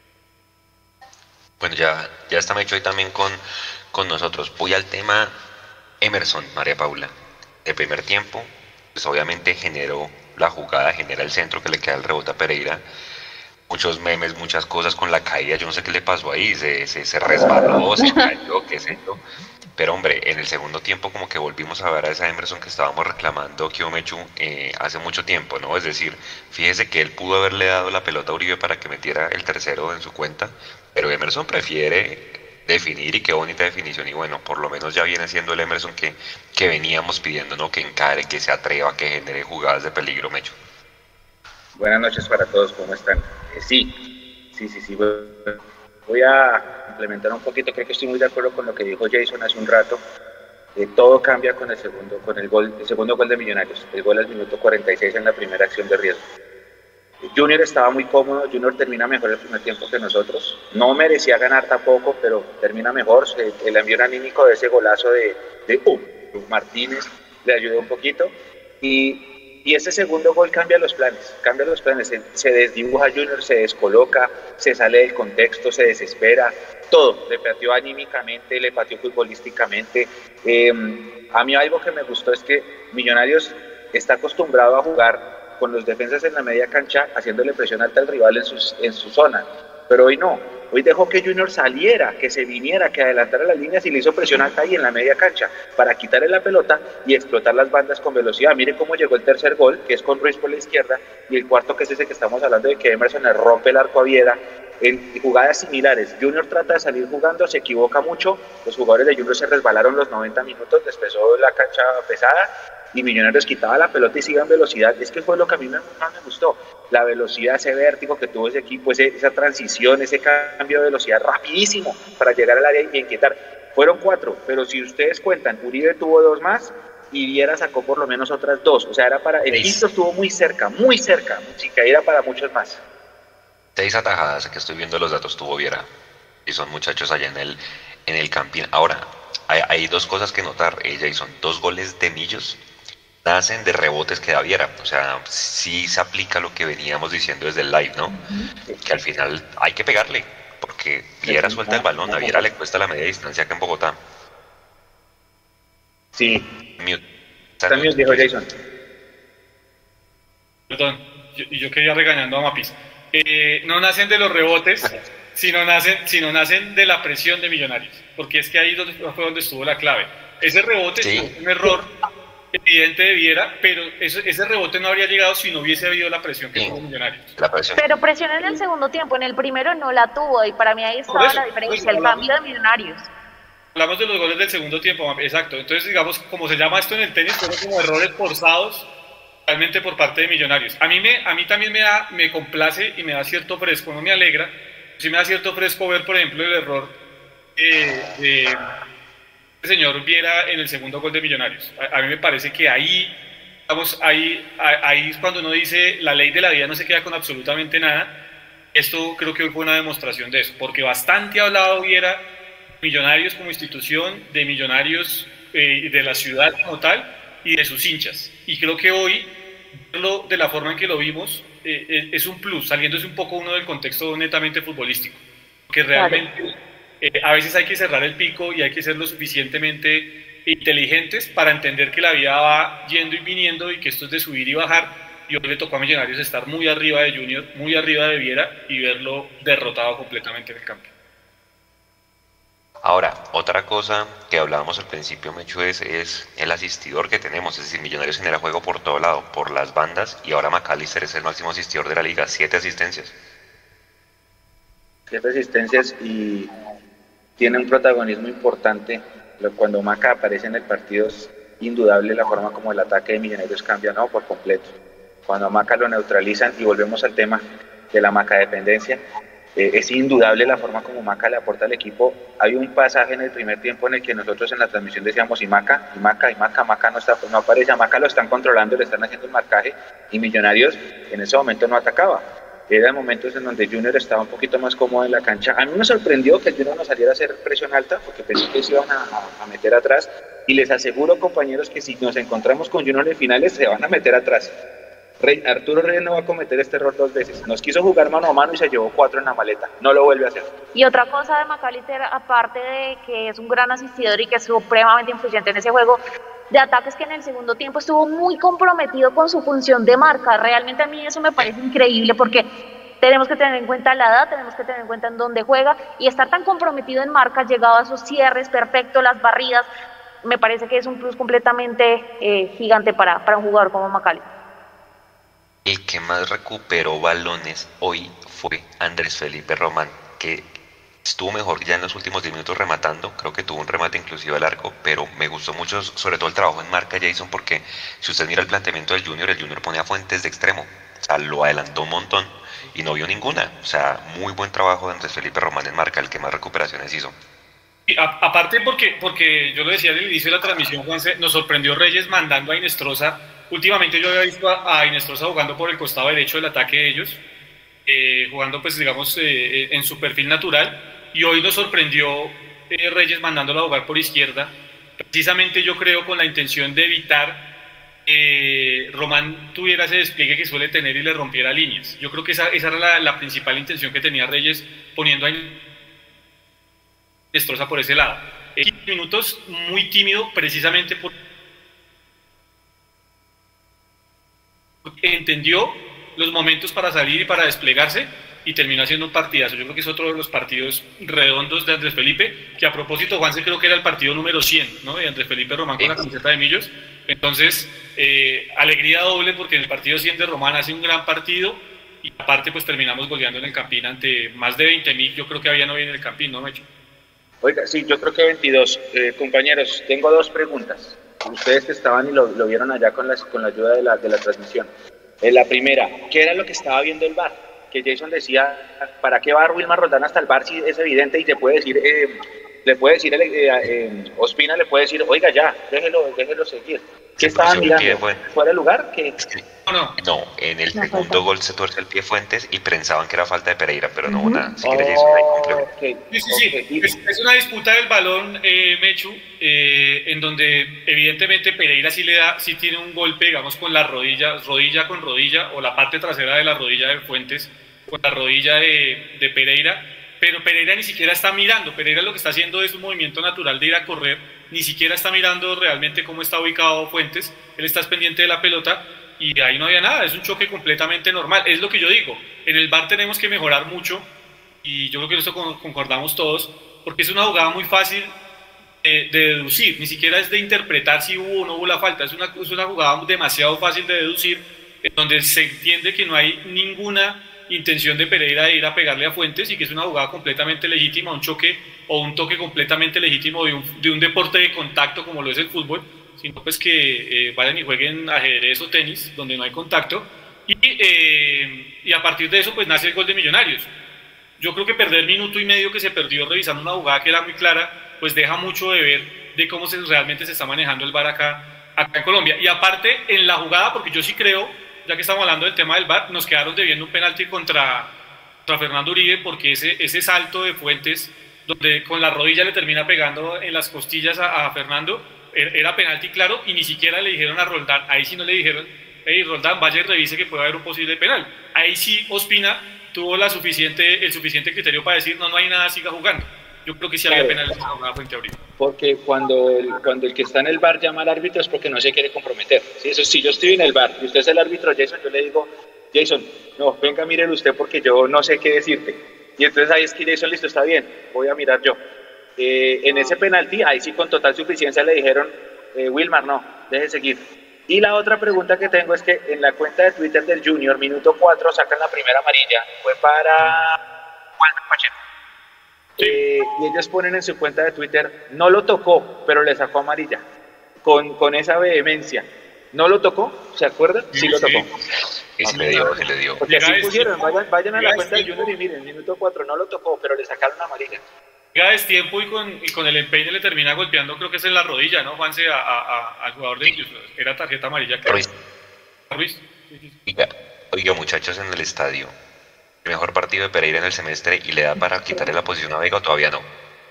Bueno, ya está Mecho ahí también con nosotros. Voy al tema Emerson, María Paula. El primer tiempo, pues obviamente generó la jugada, genera el centro que le queda el rebote a Pereira. Muchos memes, muchas cosas con la caída, yo no sé qué le pasó ahí, se resbaló, se cayó, qué sé yo. Pero hombre, en el segundo tiempo como que volvimos a ver a esa Emerson que estábamos reclamando Kiomechu hace mucho tiempo, ¿no? Es decir, fíjese que él pudo haberle dado la pelota a Uribe para que metiera el tercero en su cuenta, pero Emerson prefiere definir, y qué bonita definición, y bueno, por lo menos ya viene siendo el Emerson que veníamos pidiendo, ¿no? Que encare, que se atreva, que genere jugadas de peligro, Mecho. Buenas noches para todos, ¿cómo están? Sí, voy a implementar un poquito, creo que estoy muy de acuerdo con lo que dijo Jason hace un rato. Todo cambia con el segundo gol de Millonarios, el gol al minuto 46 en la primera acción de riesgo. Junior estaba muy cómodo, Junior termina mejor el primer tiempo que nosotros, no merecía ganar tampoco, pero termina mejor, el envío anímico de ese golazo de Martínez le ayudó un poquito, y ese segundo gol cambia los planes, se desdibuja Junior, se descoloca, se sale del contexto, se desespera, todo, le pateó anímicamente, le pateó futbolísticamente, A mí algo que me gustó es que Millonarios está acostumbrado a jugar con los defensas en la media cancha, haciéndole presión alta al rival en su zona, pero hoy no. Hoy dejó que Junior saliera, que se viniera, que adelantara las líneas y le hizo presión alta ahí en la media cancha para quitarle la pelota y explotar las bandas con velocidad. Mire cómo llegó el tercer gol, que es con Ruiz por la izquierda, y el cuarto, que es ese que estamos hablando, de que Emerson le rompe el arco a Viera. En jugadas similares, Junior trata de salir jugando, se equivoca mucho, los jugadores de Junior se resbalaron los 90 minutos, les pesó la cancha pesada y Millonarios quitaba la pelota y sigue en velocidad. Es que fue lo que a mí más me gustó, la velocidad, ese vértigo que tuvo ese equipo, esa transición, ese cambio de velocidad rapidísimo para llegar al área y inquietar. Fueron 4, pero si ustedes cuentan, Uribe tuvo 2 más y Viera sacó por lo menos otras 2, o sea, era para, el quinto estuvo muy cerca, si caía para muchos más. 6 atajadas, que estoy viendo los datos, tuvo Viera. Y son muchachos allá en el Campín. Ahora, hay 2 cosas que notar, Jason. 2 goles de Millos nacen de rebotes que da Viera. O sea, sí se aplica lo que veníamos diciendo desde el live, ¿no? Que al final hay que pegarle, porque Viera suelta el balón, a Viera le cuesta la media distancia acá en Bogotá. Sí. También dijo Jason. Perdón, yo quería regañando a Mapis. No nacen de los rebotes, sino nacen de la presión de Millonarios, porque es que ahí fue donde estuvo la clave. Ese rebote fue un error evidente de Viera, pero ese rebote no habría llegado si no hubiese habido la presión que tuvo Millonarios. Pero presión en el segundo tiempo, en el primero no la tuvo, y para mí ahí estaba la diferencia, el cambio de Millonarios. Hablamos de los goles del segundo tiempo, exacto. Entonces, digamos, como se llama esto en el tenis, fueron como errores forzados realmente por parte de Millonarios. A mí también me complace y me da cierto fresco, no me alegra, sí me da cierto fresco ver, por ejemplo, el error de el señor Viera en el segundo gol de Millonarios. A mí me parece que ahí es cuando uno dice la ley de la vida no se queda con absolutamente nada. Esto creo que hoy fue una demostración de eso, porque bastante ha hablado Viera de Millonarios como institución, de Millonarios de la ciudad como tal y de sus hinchas. Y creo que hoy, verlo de la forma en que lo vimos, es un plus, saliéndose un poco uno del contexto netamente futbolístico. Que realmente a veces hay que cerrar el pico y hay que ser lo suficientemente inteligentes para entender que la vida va yendo y viniendo y que esto es de subir y bajar. Y hoy le tocó a Millonarios estar muy arriba de Junior, muy arriba de Viera y verlo derrotado completamente en el campo. Ahora, otra cosa que hablábamos al principio, Mechu, es el asistidor que tenemos. Es decir, Millonarios genera juego por todo lado, por las bandas, y ahora McAllister es el máximo asistidor de la liga, 7 asistencias. 7 asistencias y tiene un protagonismo importante. Cuando Maca aparece en el partido es indudable la forma como el ataque de Millonarios cambia, ¿no? Por completo. Cuando a Maca lo neutralizan, y volvemos al tema de la Maca dependencia, es indudable la forma como Maca le aporta al equipo. Hay un pasaje en el primer tiempo en el que nosotros en la transmisión decíamos Maca no aparece, a Maca lo están controlando, le están haciendo el marcaje y Millonarios en ese momento no atacaba. Eran momentos en donde Junior estaba un poquito más cómodo en la cancha. A mí me sorprendió que el Junior no saliera a hacer presión alta, porque pensé que se iban a meter atrás, y les aseguro, compañeros, que si nos encontramos con Junior en finales se van a meter atrás. Arturo Reyes no va a cometer este error 2 veces. Nos quiso jugar mano a mano y se llevó 4 en la maleta. No lo vuelve a hacer. Y otra cosa de McAllister, aparte de que es un gran asistidor y que es supremamente influyente en ese juego de ataques, que en el segundo tiempo estuvo muy comprometido con su función de marca. Realmente a mí eso me parece increíble, porque tenemos que tener en cuenta la edad, tenemos que tener en cuenta en dónde juega, y estar tan comprometido en marca, llegado a sus cierres, perfecto, las barridas, me parece que es un plus completamente gigante para un jugador como McAllister. El que más recuperó balones hoy fue Andrés Felipe Román, que estuvo mejor ya en los últimos 10 minutos rematando. Creo que tuvo un remate inclusive al arco, pero me gustó mucho sobre todo el trabajo en marca, Jason, porque si usted mira el planteamiento del Junior, el Junior pone a Fuentes de extremo, o sea, lo adelantó un montón y no vio ninguna. O sea, muy buen trabajo de Andrés Felipe Román en marca, el que más recuperaciones hizo. Y aparte porque yo lo decía al inicio de la transmisión, Juanse, nos sorprendió Reyes mandando a Inestrosa. Últimamente yo había visto a Inestrosa jugando por el costado derecho del ataque de ellos, jugando pues digamos en su perfil natural, y hoy nos sorprendió Reyes mandándolo a jugar por izquierda, precisamente yo creo con la intención de evitar Román tuviera ese despliegue que suele tener y le rompiera líneas. Yo creo que esa era la principal intención que tenía Reyes poniendo a Inestrosa por ese lado. 15 minutos muy tímido precisamente por entendió los momentos para salir y para desplegarse y terminó haciendo un partidazo. Yo creo que es otro de los partidos redondos de Andrés Felipe, que a propósito, Juanse, creo que era el partido número 100, ¿no?, de Andrés Felipe Román con la camiseta de Millos. Entonces, alegría doble porque en el partido 100 de Román hace un gran partido y aparte pues terminamos goleando en el Campín ante más de 20.000, yo creo que habían hoy en el Campín, ¿no, Mecho? Oiga, sí, yo creo que 22. Compañeros, tengo dos preguntas. Ustedes que estaban y lo vieron allá con la ayuda de la transmisión. La primera, ¿qué era lo que estaba viendo el VAR? Que Jason decía, ¿para qué va Wilmar Roldán hasta el VAR si es evidente? Y te puede decir, Ospina le puede decir, oiga ya, déjelo seguir. ¿Qué estaban mirando? ¿Fuera de lugar? ¿Qué? No, en el segundo gol se tuerce el pie Fuentes y pensaban que era falta de Pereira, pero no, nada. Si quiere Jason ahí complemento. Sí. Es una disputa del balón, Mechu, en donde evidentemente Pereira sí tiene un golpe, digamos, con la rodilla con rodilla, o la parte trasera de la rodilla de Fuentes, con la rodilla de Pereira, pero Pereira ni siquiera está mirando. Pereira lo que está haciendo es un movimiento natural de ir a correr, ni siquiera está mirando realmente cómo está ubicado Fuentes, él está pendiente de la pelota y ahí no había nada, es un choque completamente normal. Es lo que yo digo, en el VAR tenemos que mejorar mucho y yo creo que en esto concordamos todos, porque es una jugada muy fácil de deducir, ni siquiera es de interpretar si hubo o no hubo la falta, es una jugada demasiado fácil de deducir, en donde se entiende que no hay ninguna intención de Pereira de ir a pegarle a Fuentes y que es una jugada completamente legítima, un choque o un toque completamente legítimo de un deporte de contacto como lo es el fútbol, sino pues que vayan y jueguen ajedrez o tenis donde no hay contacto y a partir de eso pues nace el gol de Millonarios. Yo creo que perder minuto y medio que se perdió revisando una jugada que era muy clara pues deja mucho de ver de cómo realmente se está manejando el VAR acá en Colombia. Y aparte en la jugada, porque yo sí creo, ya que estamos hablando del tema del VAR, nos quedaron debiendo un penalti contra Fernando Uribe, porque ese salto de Fuentes, donde con la rodilla le termina pegando en las costillas a Fernando, era penalti claro, y ni siquiera le dijeron a Roldán, ahí sí no le dijeron, hey Roldán, vaya y revise que puede haber un posible penal. Ahí sí Ospina tuvo el suficiente criterio para decir, no hay nada, siga jugando. Yo creo que sí había penal en esa jugada frente a Uribe. Porque cuando el que está en el VAR llama al árbitro es porque no se quiere comprometer. ¿Sí? Eso, si yo estoy en el VAR y usted es el árbitro Jason, yo le digo, Jason, no, venga, mírelo usted porque yo no sé qué decirte. Y entonces ahí es que Jason, listo, está bien, voy a mirar yo. En ese penalti, ahí sí con total suficiencia le dijeron, Wilmar, no, deje seguir. Y la otra pregunta que tengo es que en la cuenta de Twitter del Junior, minuto 4, sacan la primera amarilla, fue para Walter Pacheco. Y ellos ponen en su cuenta de Twitter, no lo tocó, pero le sacó amarilla, con esa vehemencia. ¿No lo tocó? ¿Se acuerdan? Sí lo tocó. Se le dio. Porque así pusieron, vayan a la cuenta de Junior y miren, minuto 4, no lo tocó, pero le sacaron amarilla. Llega destiempo y con el empeine le termina golpeando, creo que es en la rodilla, ¿no, Juanse? Al jugador de ellos. Era tarjeta amarilla. Ruiz. Oiga, muchachos, en el estadio, ¿el mejor partido de Pereira en el semestre y le da para quitarle la posición a Vega o todavía no?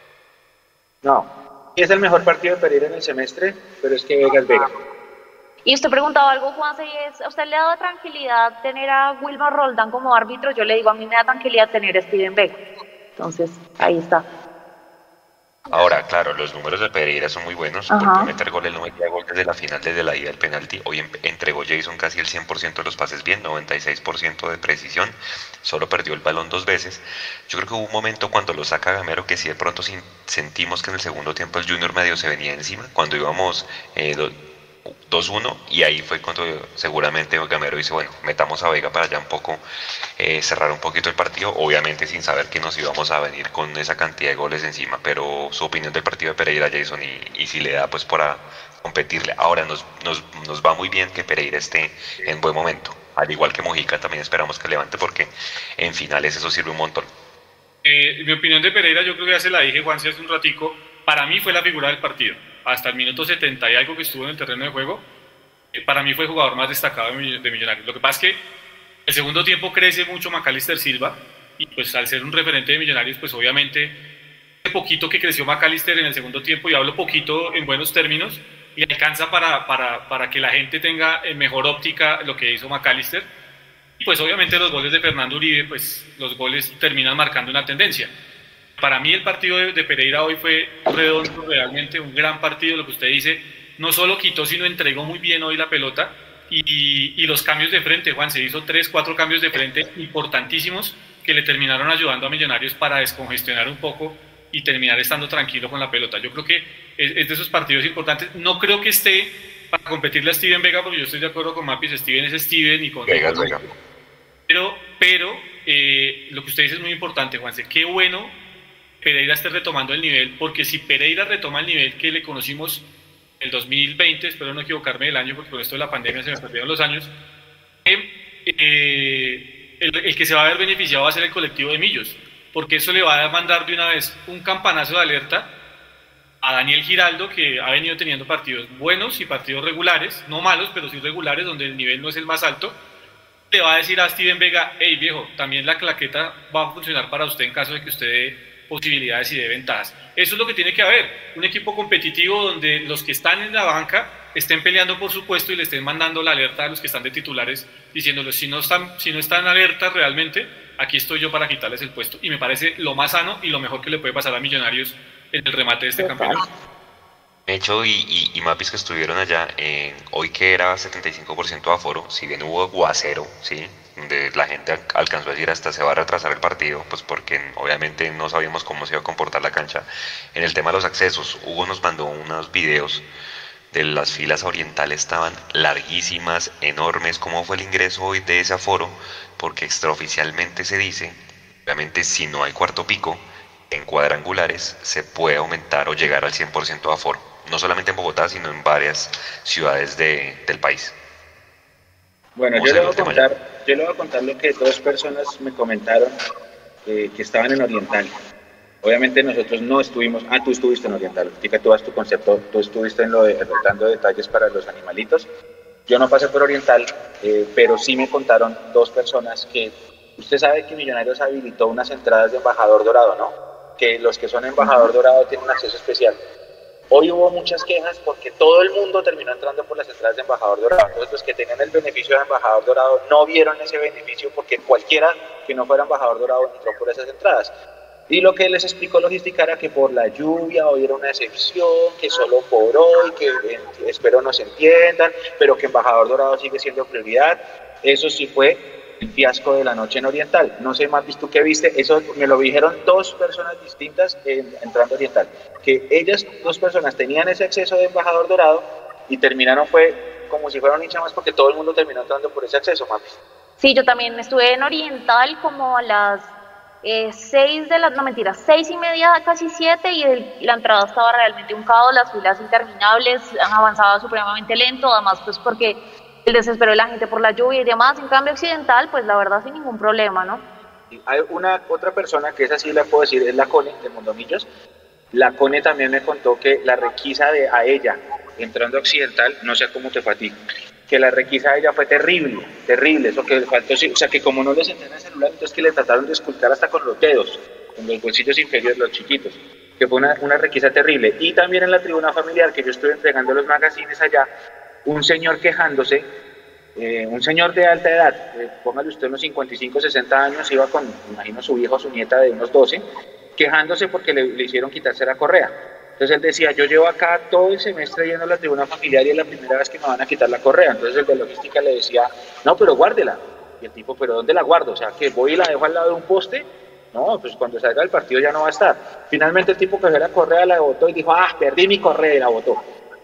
No, es el mejor partido de Pereira en el semestre, pero es que Vega es Vega. Y usted preguntaba algo, Juanse, y es, ¿a usted le ha dado tranquilidad tener a Wilmar Roldán como árbitro? Yo le digo, a mí me da tranquilidad tener a Steven Vega. Entonces, ahí está. Ahora, claro, los números de Pereira son muy buenos. Volvió a meter gol, él no metía gol desde la final, desde la ida del penalti. Hoy entregó Jason casi el 100% de los pases bien, 96% de precisión. Solo perdió el balón 2 veces. Yo creo que hubo un momento cuando lo saca Gamero que sí de pronto sentimos que en el segundo tiempo el Junior medio se venía encima. Cuando íbamos 2-1 y ahí fue cuando seguramente Gamero dice, bueno, metamos a Vega para ya un poco cerrar un poquito el partido, obviamente sin saber que nos íbamos a venir con esa cantidad de goles encima, pero su opinión del partido de Pereira, Jason, y si le da pues para competirle. Ahora nos va muy bien que Pereira esté en buen momento, al igual que Mojica también esperamos que levante porque en finales eso sirve un montón. Mi opinión de Pereira, yo creo que ya se la dije, Juanse, hace un ratico, para mí fue la figura del partido. Hasta el minuto 70 y algo que estuvo en el terreno de juego, para mí fue el jugador más destacado de Millonarios. Lo que pasa es que el segundo tiempo crece mucho Macalister Silva, y pues al ser un referente de Millonarios, pues obviamente, el poquito que creció Macalister en el segundo tiempo, y hablo poquito en buenos términos, y alcanza para que la gente tenga en mejor óptica lo que hizo Macalister. Y pues obviamente los goles de Fernando Uribe, pues los goles terminan marcando una tendencia. Para mí el partido de Pereira hoy fue redondo, realmente un gran partido, lo que usted dice, no solo quitó, sino entregó muy bien hoy la pelota, y los cambios de frente, Juan, se hizo 3-4 cambios de frente importantísimos que le terminaron ayudando a Millonarios para descongestionar un poco y terminar estando tranquilo con la pelota. Yo creo que es de esos partidos importantes. No creo que esté para competirle a Steven Vega, porque yo estoy de acuerdo con Mapis, Steven es Steven y con Vega. Pero lo que usted dice es muy importante, Juanse. Qué bueno Pereira esté retomando el nivel, porque si Pereira retoma el nivel que le conocimos el 2020, espero no equivocarme del año, porque con esto de la pandemia se me perdieron los años, el que se va a ver beneficiado va a ser el colectivo de Millos, porque eso le va a mandar de una vez un campanazo de alerta a Daniel Giraldo, que ha venido teniendo partidos buenos y partidos regulares, no malos, pero sí regulares, donde el nivel no es el más alto. Le va a decir a Steven Vega: hey viejo, también la claqueta va a funcionar para usted en caso de que usted dé posibilidades y dé ventajas. Eso es lo que tiene que haber, un equipo competitivo donde los que están en la banca estén peleando por su puesto y le estén mandando la alerta a los que están de titulares, diciéndoles: si no están alertas realmente, aquí estoy yo para quitarles el puesto. Y me parece lo más sano y lo mejor que le puede pasar a Millonarios en el remate de este campeonato. Mecho y Mapis, que estuvieron allá, hoy que era 75% de aforo, si bien hubo aguacero, ¿sí?, donde la gente alcanzó a decir hasta se va a retrasar el partido, pues porque obviamente no sabíamos cómo se iba a comportar la cancha. En el tema de los accesos, Hugo nos mandó unos videos de las filas orientales, estaban larguísimas, enormes. ¿Cómo fue el ingreso hoy de ese aforo? Porque extraoficialmente se dice, obviamente si no hay cuarto pico, en cuadrangulares se puede aumentar o llegar al 100% de aforo, no solamente en Bogotá, sino en varias ciudades del país. Bueno, yo le voy a contar lo que dos personas me comentaron que estaban en Oriental. Obviamente nosotros no estuvimos. Tú estuviste en Oriental. Explica tú tu concepto. Tú estuviste en lo de dando detalles para los animalitos. Yo no pasé por Oriental, pero sí me contaron dos personas que usted sabe que Millonarios habilitó unas entradas de Embajador Dorado, ¿no? Que los que son Embajador Dorado tienen acceso especial. Hoy hubo muchas quejas porque todo el mundo terminó entrando por las entradas de Embajador Dorado. Entonces los que tenían el beneficio de Embajador Dorado no vieron ese beneficio porque cualquiera que no fuera Embajador Dorado entró por esas entradas. Y lo que les explicó Logística era que por la lluvia hoy era una excepción, que solo por hoy, que espero nos entiendan, pero que Embajador Dorado sigue siendo prioridad. Eso sí fue el fiasco de la noche en Oriental. No sé, Mapis, ¿tú qué viste? Eso me lo dijeron dos personas distintas entrando a Oriental, que ellas, dos personas, tenían ese acceso de Embajador Dorado y terminaron fue como si fueran hinchas más porque todo el mundo terminó entrando por ese acceso, Mapis. Sí, yo también estuve en Oriental como a las 6:30, casi 7, y la entrada estaba realmente un caos, las filas interminables, avanzaba supremamente lento, además pues porque el desespero de la gente por la lluvia y demás. En cambio Occidental, pues la verdad sin ningún problema, ¿no? Hay otra persona que esa sí la puedo decir, es la Cone de Mondomillos. La Cone también me contó que la requisa a ella entrando a Occidental, no sé cómo te fue a ti, que la requisa a ella fue terrible, eso que faltó, o sea que como no les entró en el celular, entonces que le trataron de esculcar hasta con los dedos, con los bolsillos inferiores, los chiquitos, que fue una requisa terrible. Y también en la tribuna familiar, que yo estuve entregando los magazines allá, un señor quejándose, un señor de alta edad, póngale usted unos 55, 60 años, iba con, imagino, su hijo o su nieta de unos 12, quejándose porque le hicieron quitarse la correa. Entonces él decía: yo llevo acá todo el semestre yendo a la tribuna familiar y es la primera vez que me van a quitar la correa. Entonces el de Logística le decía: no, pero guárdela. Y el tipo: ¿pero dónde la guardo? O sea, ¿que voy y la dejo al lado de un poste? No, pues cuando salga del partido ya no va a estar. Finalmente el tipo cogió la correa, la botó y dijo: perdí mi correa, y la botó.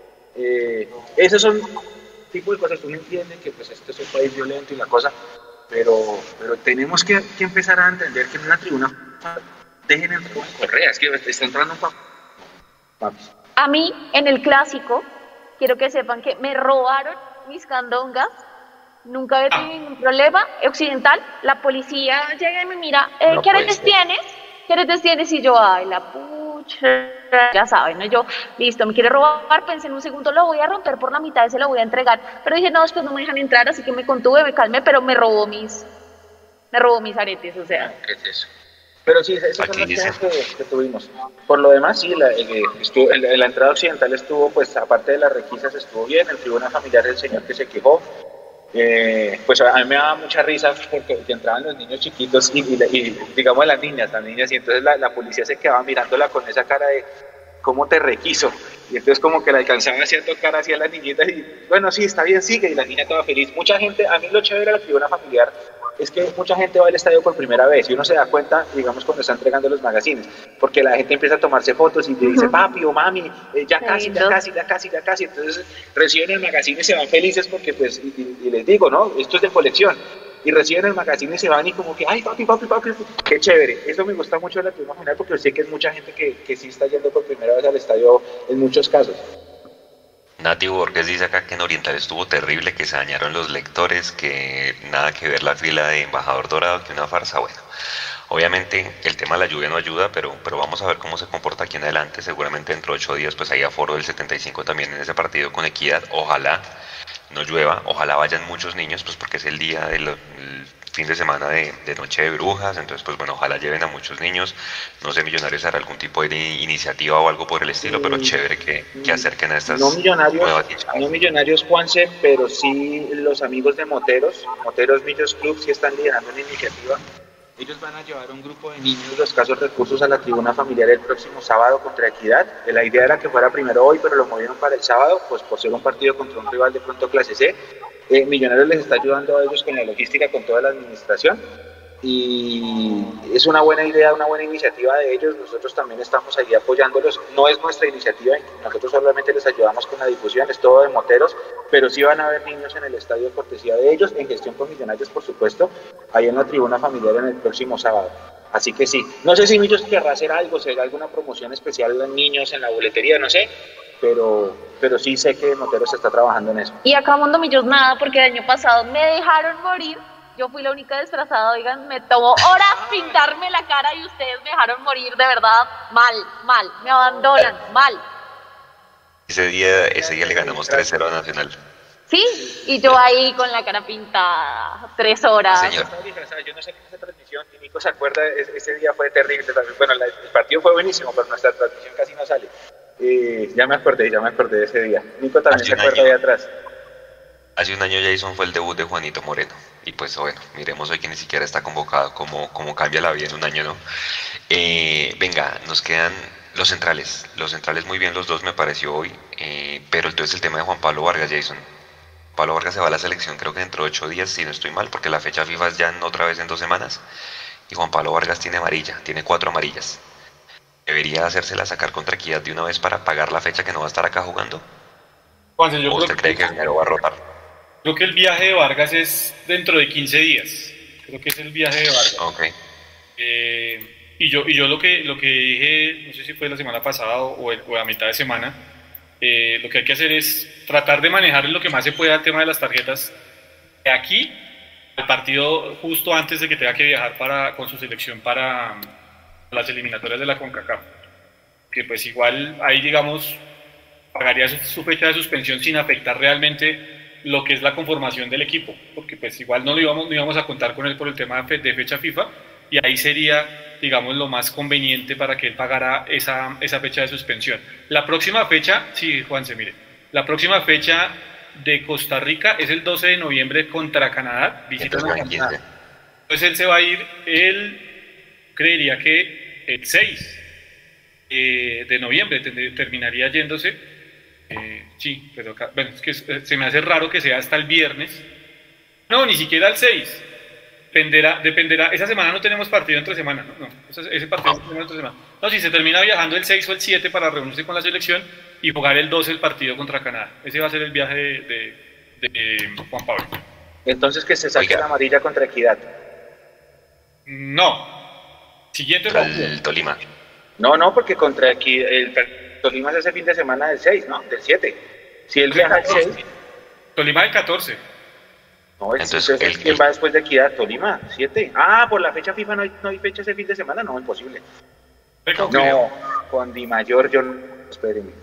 Esos son tipo de cosas. Uno entiende que pues este es un país violento y la cosa, pero tenemos que empezar a entender que en una tribuna dejen entrar una correa. Es que está entrando un papis. A mí, en el clásico, quiero que sepan que me robaron mis candongas. Nunca había tenido ningún problema. Occidental, la policía llega y me mira: ¿qué aretes tienes? ¿Qué aretes tienes? Y yo: ay, la pucha, ya saben, ¿no? Yo, listo, me quiere robar, pensé en un segundo, lo voy a romper por la mitad y se lo voy a entregar. Pero dije: no, después no me dejan entrar, así que me contuve, me calmé, pero me robó mis aretes, o sea. ¿Qué es eso? Pero sí, esas son las cosas que tuvimos. Por lo demás, sí, la entrada occidental estuvo, pues aparte de las requisas, estuvo bien. El tribuna familiar del señor que se quejó, pues a mí me daba mucha risa porque entraban los niños chiquitos y digamos las niñas, y entonces la policía se quedaba mirándola con esa cara de ¿cómo te requiso? Y entonces como que la alcanzaba así a tocar hacia las niñitas y bueno, sí, está bien, sigue, y la niña toda feliz. Mucha gente, a mí lo chévere de la tribuna familiar es que mucha gente va al estadio por primera vez y uno se da cuenta, digamos, cuando está entregando los magazines, porque la gente empieza a tomarse fotos y te dice, papi o mami, ya casi, entonces reciben el magazine y se van felices porque pues, y les digo, ¿no? Esto es de colección. Y reciben el magazine y se van y como que, ay, papi, qué chévere. Eso me gusta mucho de la tribuna general porque sé que es mucha gente que sí está yendo por primera vez al estadio en muchos casos. Nati Borges dice acá que en Oriental estuvo terrible, que se dañaron los lectores, que nada que ver la fila de Embajador Dorado, que una farsa. Bueno, obviamente el tema de la lluvia no ayuda, pero vamos a ver cómo se comporta aquí en adelante. Seguramente dentro de 8 días pues hay aforo del 75 también en ese partido con Equidad. Ojalá no llueva, ojalá vayan muchos niños, pues porque es el día del fin de semana de Noche de Brujas, entonces pues bueno, ojalá lleven a muchos niños. No sé, Millonarios hará algún tipo de iniciativa o algo por el estilo, pero chévere que acerquen a estas nuevas hinchadas. No Millonarios, Juanse, pero sí los amigos de Moteros Millos Club sí están liderando una iniciativa. Ellos van a llevar un grupo de niños de escasos recursos a la tribuna familiar el próximo sábado contra Equidad. La idea era que fuera primero hoy, pero lo movieron para el sábado, pues por ser un partido contra un rival de pronto clase C. Millonarios les está ayudando a ellos con la logística, con toda la administración. Y es una buena idea, una buena iniciativa de ellos. Nosotros también estamos ahí apoyándolos. No es nuestra iniciativa, nosotros solamente les ayudamos con la difusión, es todo de Moteros, pero sí van a haber niños en el estadio de cortesía de ellos, en gestión con Millonarios, por supuesto, ahí en la tribuna familiar en el próximo sábado. Así que sí, no sé si Millos querrá hacer algo, si hay alguna promoción especial en niños en la boletería, no sé, pero sí sé que Moteros está trabajando en eso. Y acá Mundo Millos nada, porque el año pasado me dejaron morir. Yo fui la única disfrazada, oigan, me tomó horas pintarme la cara y ustedes me dejaron morir, de verdad, mal, me abandonan, mal. Ese día le ganamos 3-0 a Nacional. Sí, y yo ahí con la cara pintada, 3 horas. Señor. Yo no sé qué es esa transmisión, y Nico se acuerda, ese día fue terrible también. Bueno, el partido fue buenísimo, pero nuestra transmisión casi no sale. Ya me acordé de ese día. Nico también se acuerda de atrás. Hace un año, Jason, fue el debut de Juanito Moreno. Y pues bueno, miremos hoy que ni siquiera está convocado, cómo cambia la vida en un año, ¿no? Venga, nos quedan los centrales. Los centrales muy bien los dos me pareció hoy. Pero entonces el tema de Juan Pablo Vargas, Jason. Pablo Vargas se va a la selección creo que dentro de 8 días, si no estoy mal, porque la fecha FIFA es ya otra vez en 2 semanas. Y Juan Pablo Vargas tiene 4 amarillas. ¿Debería hacérsela sacar contra Equidad de una vez para pagar la fecha que no va a estar acá jugando? Juanse, yo ¿O usted cree que Gamero va a rotar? Creo que el viaje de Vargas es dentro de 15 días. Creo que es el viaje de Vargas. Ok. Y yo lo que dije, no sé si fue la semana pasada o a mitad de semana, lo que hay que hacer es tratar de manejar lo que más se pueda el tema de las tarjetas de aquí al partido justo antes de que tenga que viajar con su selección para las eliminatorias de la CONCACAF. Que pues igual ahí, digamos, pagaría su fecha de suspensión sin afectar realmente lo que es la conformación del equipo, porque pues igual no íbamos a contar con él por el tema de fecha FIFA, y ahí sería, digamos, lo más conveniente para que él pagara esa fecha de suspensión. La próxima fecha, sí, Juanse, mire, la próxima fecha de Costa Rica es el 12 de noviembre contra Canadá, visita a Canadá. Entonces él se va a ir, creería que el 6 de noviembre terminaría yéndose. Sí, pero acá, bueno, es que se me hace raro que sea hasta el viernes. No, ni siquiera el 6. Dependerá. Esa semana no tenemos partido entre semana. No, ese partido no tenemos entre semana. No, si se termina viajando el 6 o el 7 para reunirse con la selección y jugar el 12 el partido contra Canadá. Ese va a ser el viaje de Juan Pablo. Entonces que se saque la amarilla contra Equidad. No. Siguiente partido. El Tolima. No, porque contra Equidad, el Tolima es ese fin de semana del 6, ¿no? Del 7. Si él viaja el 6. Tolima del 14. No, entonces ¿quién va después de Equidad? Tolima, 7. Ah, por la fecha FIFA no hay fecha ese fin de semana, no, imposible. No, con Di Mayor yo no. Espérenme.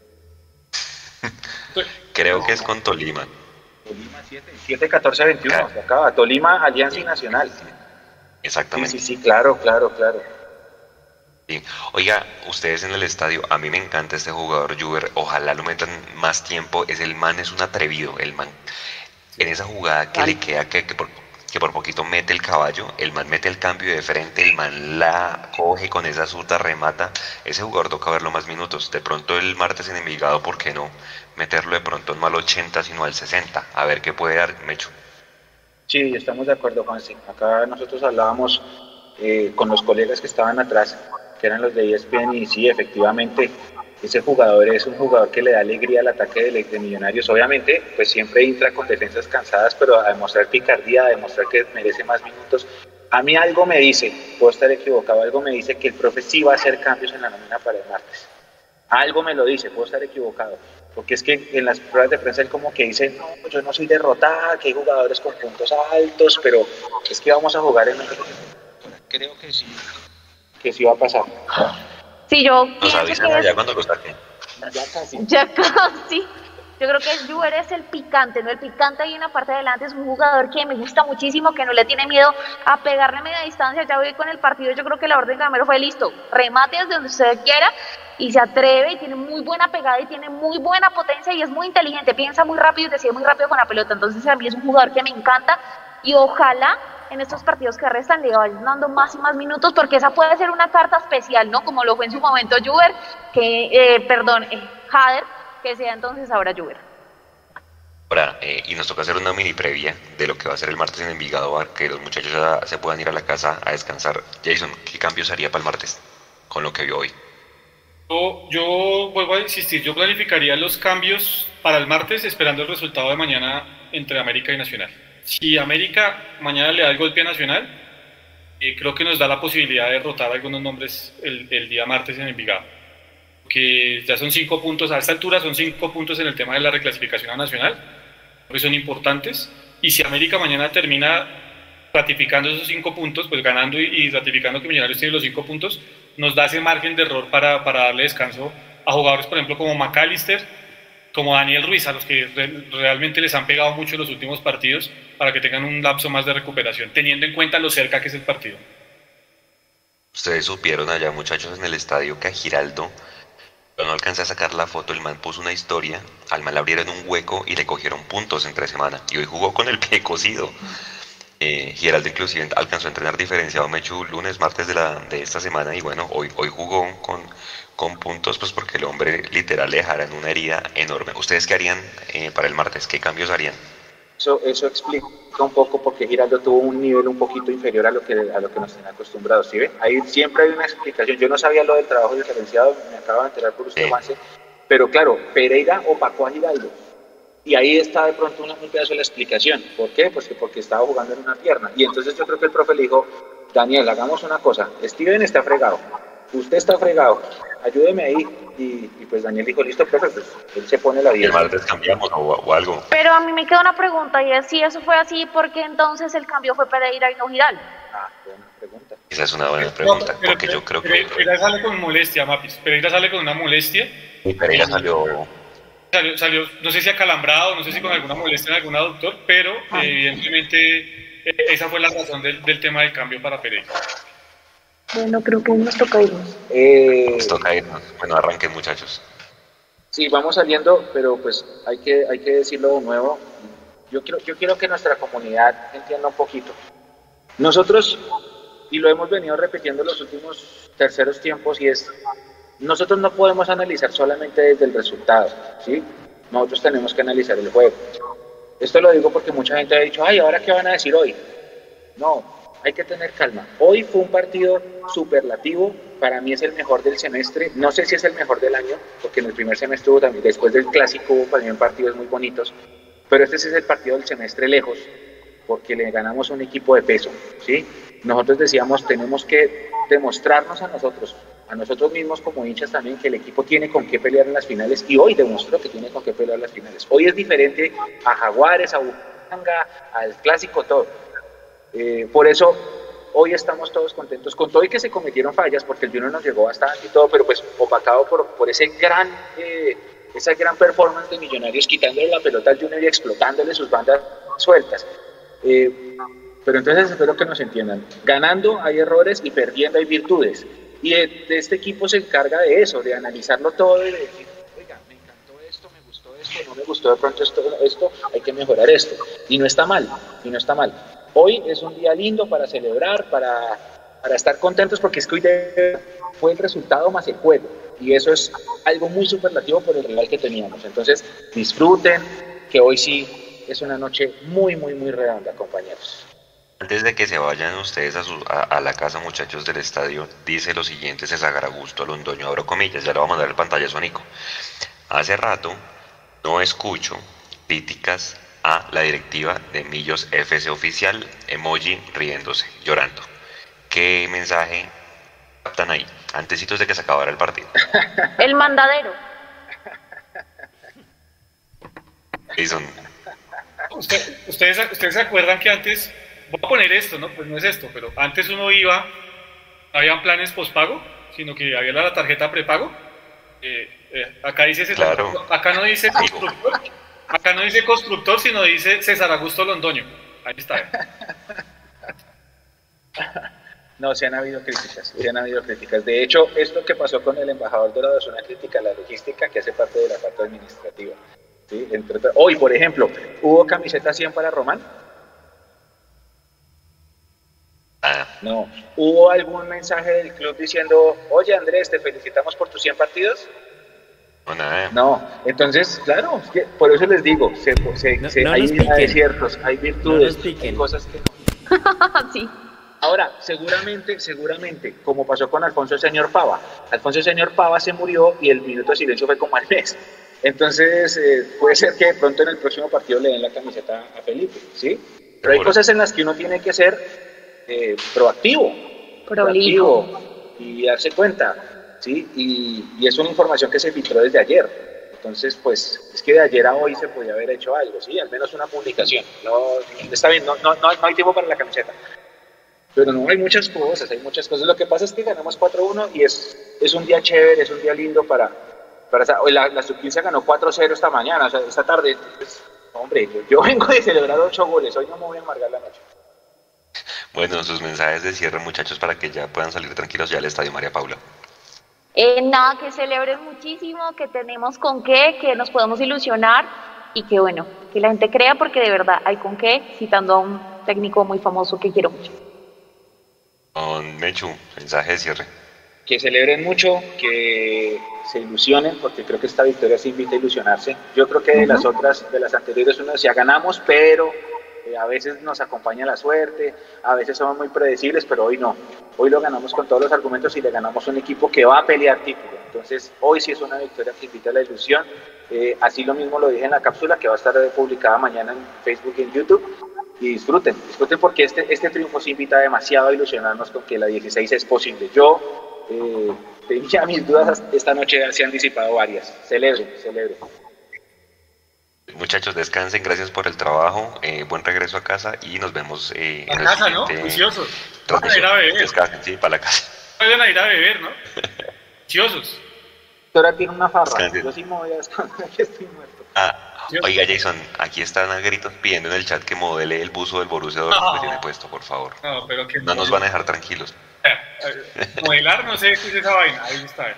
Creo que es con Tolima. Tolima 7, 14, 21. Se acaba. Tolima, Alianza y Nacional. Exactamente. Sí, claro. Sí. Oiga, ustedes en el estadio, a mí me encanta este jugador Juber, ojalá lo metan más tiempo, es un atrevido, el man. En esa jugada que le queda, que que por poquito mete el caballo, el man mete el cambio de frente, el man la coge con esa zurda, remata. Ese jugador toca verlo más minutos. De pronto el martes en Envigado, ¿por qué no meterlo de pronto no al 80 sino al 60? A ver qué puede dar, Mecho. Sí, estamos de acuerdo, Juanse. Acá nosotros hablábamos con los colegas que estaban atrás, que eran los de ESPN, y sí, efectivamente, ese jugador es un jugador que le da alegría al ataque de Millonarios. Obviamente, pues siempre entra con defensas cansadas, pero a demostrar picardía, a demostrar que merece más minutos. A mí algo me dice, puedo estar equivocado, algo me dice que el profe sí va a hacer cambios en la nómina para el martes. Algo me lo dice, puedo estar equivocado. Porque es que en las pruebas de prensa él como que dice, no, yo no soy derrotada, que hay jugadores con puntos altos, pero es que vamos a jugar en... Creo que sí va a pasar. Sí, yo Nos pienso avisan que allá cuando lo saquen. ya casi. Yo creo que Juber es el picante, ¿no? El picante ahí en la parte de adelante es un jugador que me gusta muchísimo, que no le tiene miedo a pegarle a media distancia. Ya voy con el partido, yo creo que la orden de Gamero fue listo. Remate desde donde usted quiera y se atreve y tiene muy buena pegada y tiene muy buena potencia y es muy inteligente, piensa muy rápido y decide muy rápido con la pelota. Entonces a mí es un jugador que me encanta y ojalá en estos partidos que restan le vayan dando más y más minutos, porque esa puede ser una carta especial, ¿no? Como lo fue en su momento Juber, Jader, que sea entonces ahora Juber. Ahora, y nos toca hacer una mini previa de lo que va a ser el martes en Envigado, para que los muchachos ya se puedan ir a la casa a descansar. Jason, ¿qué cambios haría para el martes con lo que vio hoy? Yo vuelvo a insistir, yo planificaría los cambios para el martes esperando el resultado de mañana entre América y Nacional. Si América mañana le da el golpe a Nacional, creo que nos da la posibilidad de derrotar algunos nombres el día martes en Envigado. Que ya son 5 puntos, a esta altura son 5 puntos en el tema de la reclasificación a Nacional, creo que son importantes. Y si América mañana termina ratificando esos 5 puntos, pues ganando y ratificando que Millonarios tiene los 5 puntos, nos da ese margen de error para darle descanso a jugadores, por ejemplo, como McAllister, como Daniel Ruiz, a los que realmente les han pegado mucho en los últimos partidos, para que tengan un lapso más de recuperación, teniendo en cuenta lo cerca que es el partido. Ustedes supieron allá, muchachos, en el estadio que a Giraldo, no alcancé a sacar la foto, el man puso una historia, al man le abrieron un hueco y le cogieron puntos entre semana, y hoy jugó con el pie cosido. Giraldo inclusive alcanzó a entrenar diferenciado Mechu lunes, martes de esta semana, y bueno, hoy jugó con puntos, pues porque el hombre literal le dejaron una herida enorme. ¿Ustedes qué harían para el martes? ¿Qué cambios harían? Eso explica un poco por qué Giraldo tuvo un nivel un poquito inferior a lo que nos tiene acostumbrados, ¿sí ven? Ahí siempre hay una explicación. Yo no sabía lo del trabajo diferenciado, me acabo de enterar por usted, Juanse, pero claro, Pereira opacó a Giraldo. Y ahí está de pronto un pedazo de la explicación. ¿Por qué? Pues que porque estaba jugando en una pierna. Y entonces yo creo que el profe le dijo, Daniel, hagamos una cosa, Steven está fregado, usted está fregado, ayúdeme ahí. Y pues Daniel dijo, listo, profe, pues él se pone la vida. ¿El martes cambiamos o algo? Pero a mí me queda una pregunta, y es si eso fue así, ¿por qué entonces el cambio fue Pereira y no Giraldo? Buena pregunta. Esa es una buena pregunta, porque yo creo que... Pereira sale con molestia, Mapis, Pereira sale con una molestia. Y Pereira salió, no sé si acalambrado, no sé si con alguna molestia en algún aductor, pero evidentemente esa fue la razón del tema del cambio para Pereira. Bueno, creo que nos toca irnos. Nos toca irnos. Bueno, arranquen, muchachos. Sí, vamos saliendo, pero pues hay que decirlo de nuevo. Yo quiero que nuestra comunidad entienda un poquito. Nosotros, y lo hemos venido repitiendo en los últimos terceros tiempos, y es, nosotros no podemos analizar solamente desde el resultado, ¿sí? Nosotros tenemos que analizar el juego. Esto lo digo porque mucha gente ha dicho, ay, ¿ahora qué van a decir hoy? No, hay que tener calma. Hoy fue un partido superlativo, para mí es el mejor del semestre, no sé si es el mejor del año, porque en el primer semestre hubo también, después del clásico hubo también partidos muy bonitos, pero este es el partido del semestre lejos, porque le ganamos a un equipo de peso, ¿sí? Nosotros decíamos, tenemos que demostrarnos a nosotros mismos como hinchas también, que el equipo tiene con qué pelear en las finales, y hoy demostró que tiene con qué pelear en las finales. Hoy es diferente a Jaguares, a Bucaramanga, al clásico, todo. Por eso hoy estamos todos contentos, con todo y que se cometieron fallas, porque el Junior nos llegó bastante y todo, pero pues opacado por esa gran performance de Millonarios, quitándole la pelota al Junior y explotándole sus bandas sueltas. Pero entonces espero que nos entiendan. Ganando hay errores y perdiendo hay virtudes. Y de este equipo se encarga de eso, de analizarlo todo y de decir, oiga, me encantó esto, me gustó esto, no me gustó de pronto esto, hay que mejorar esto. Y no está mal. hoy es un día lindo para celebrar, para estar contentos, porque es que hoy fue el resultado más el juego, y eso es algo muy superlativo por el rival que teníamos. Entonces disfruten, que hoy sí es una noche muy, muy, muy redonda, compañeros. Antes de que se vayan ustedes a la casa, muchachos del estadio, dice lo siguiente César Augusto Londoño, abro comillas, ya lo vamos a dar el pantallazo a Nico. Hace rato no escucho críticas a la directiva de Millos FC Oficial, emoji riéndose, llorando. ¿Qué mensaje captan ahí, antecitos de que se acabara el partido? El mandadero. Jason. ¿Ustedes se acuerdan que antes, voy a poner esto, ¿no? Pues no es esto, pero antes uno iba, no habían planes postpago, sino que había la tarjeta prepago. Acá dice César, claro. Acá no dice constructor, acá no dice constructor, sino dice César Augusto Londoño. Ahí está. No, se han habido críticas, De hecho, esto que pasó con el embajador Dorado es una crítica a la logística que hace parte de la parte administrativa. ¿Sí? Hoy, por ejemplo, ¿hubo camiseta 100 para Román? No. ¿Hubo algún mensaje del club diciendo, oye Andrés, te felicitamos por tus 100 partidos? No. Entonces, claro, es que por eso les digo, hay ciertos, hay virtudes, hay cosas que no. Sí. Ahora, seguramente, como pasó con Alfonso Señor Pava. Alfonso Señor Pava se murió y el minuto de silencio fue como al mes. Entonces, puede ser que de pronto en el próximo partido le den la camiseta a Felipe, ¿sí? Pero hay cosas en las que uno tiene que ser proactivo y darse cuenta, ¿sí? Y es una información que se filtró desde ayer. Entonces, pues, es que de ayer a hoy se podía haber hecho algo, ¿sí? Al menos una publicación. No, está bien, no hay tiempo para la camiseta. Pero no, hay muchas cosas. Lo que pasa es que ganamos 4-1 y es un día chévere, es un día lindo para la Sub-15 ganó 4-0 esta mañana, o sea, esta tarde. Entonces, hombre, yo vengo de celebrar 8 goles, hoy no me voy a amargar la noche. Bueno, sus mensajes de cierre, muchachos, para que ya puedan salir tranquilos ya al Estadio María Paula. Nada, que celebren muchísimo, que tenemos con qué, que nos podemos ilusionar y que bueno, que la gente crea porque de verdad hay con qué, citando a un técnico muy famoso que quiero mucho. Don Mechu, mensaje de cierre. Que celebren mucho, que se ilusionen, porque creo que esta victoria se invita a ilusionarse. Yo creo que de las anteriores uno decía ganamos, pero a veces nos acompaña la suerte, a veces somos muy predecibles, pero hoy no. Hoy lo ganamos con todos los argumentos y le ganamos un equipo que va a pelear título. Entonces, hoy sí es una victoria que invita a la ilusión. Así lo mismo lo dije en la cápsula que va a estar publicada mañana en Facebook y en YouTube. Y disfruten porque este triunfo se invita demasiado a ilusionarnos con que la 16 es posible. Yo tenía mis dudas, esta noche se han disipado varias. Celebren. Muchachos, descansen, gracias por el trabajo, buen regreso a casa y nos vemos en el casa, ¿no? Juiciosos. Van a ir a beber. Descansen, sí, para la casa. Van a ir a beber, ¿no? Juiciosos. Ahora tiene una farra. Descansen. Yo sí me voy a descansar, que estoy muerto. Oiga, Jason, aquí están a gritos pidiendo en el chat que modele el buzo del Borussia Dortmund que tiene puesto, por favor. No nos van a dejar tranquilos. Modelar, no sé qué es esa vaina. Ahí está.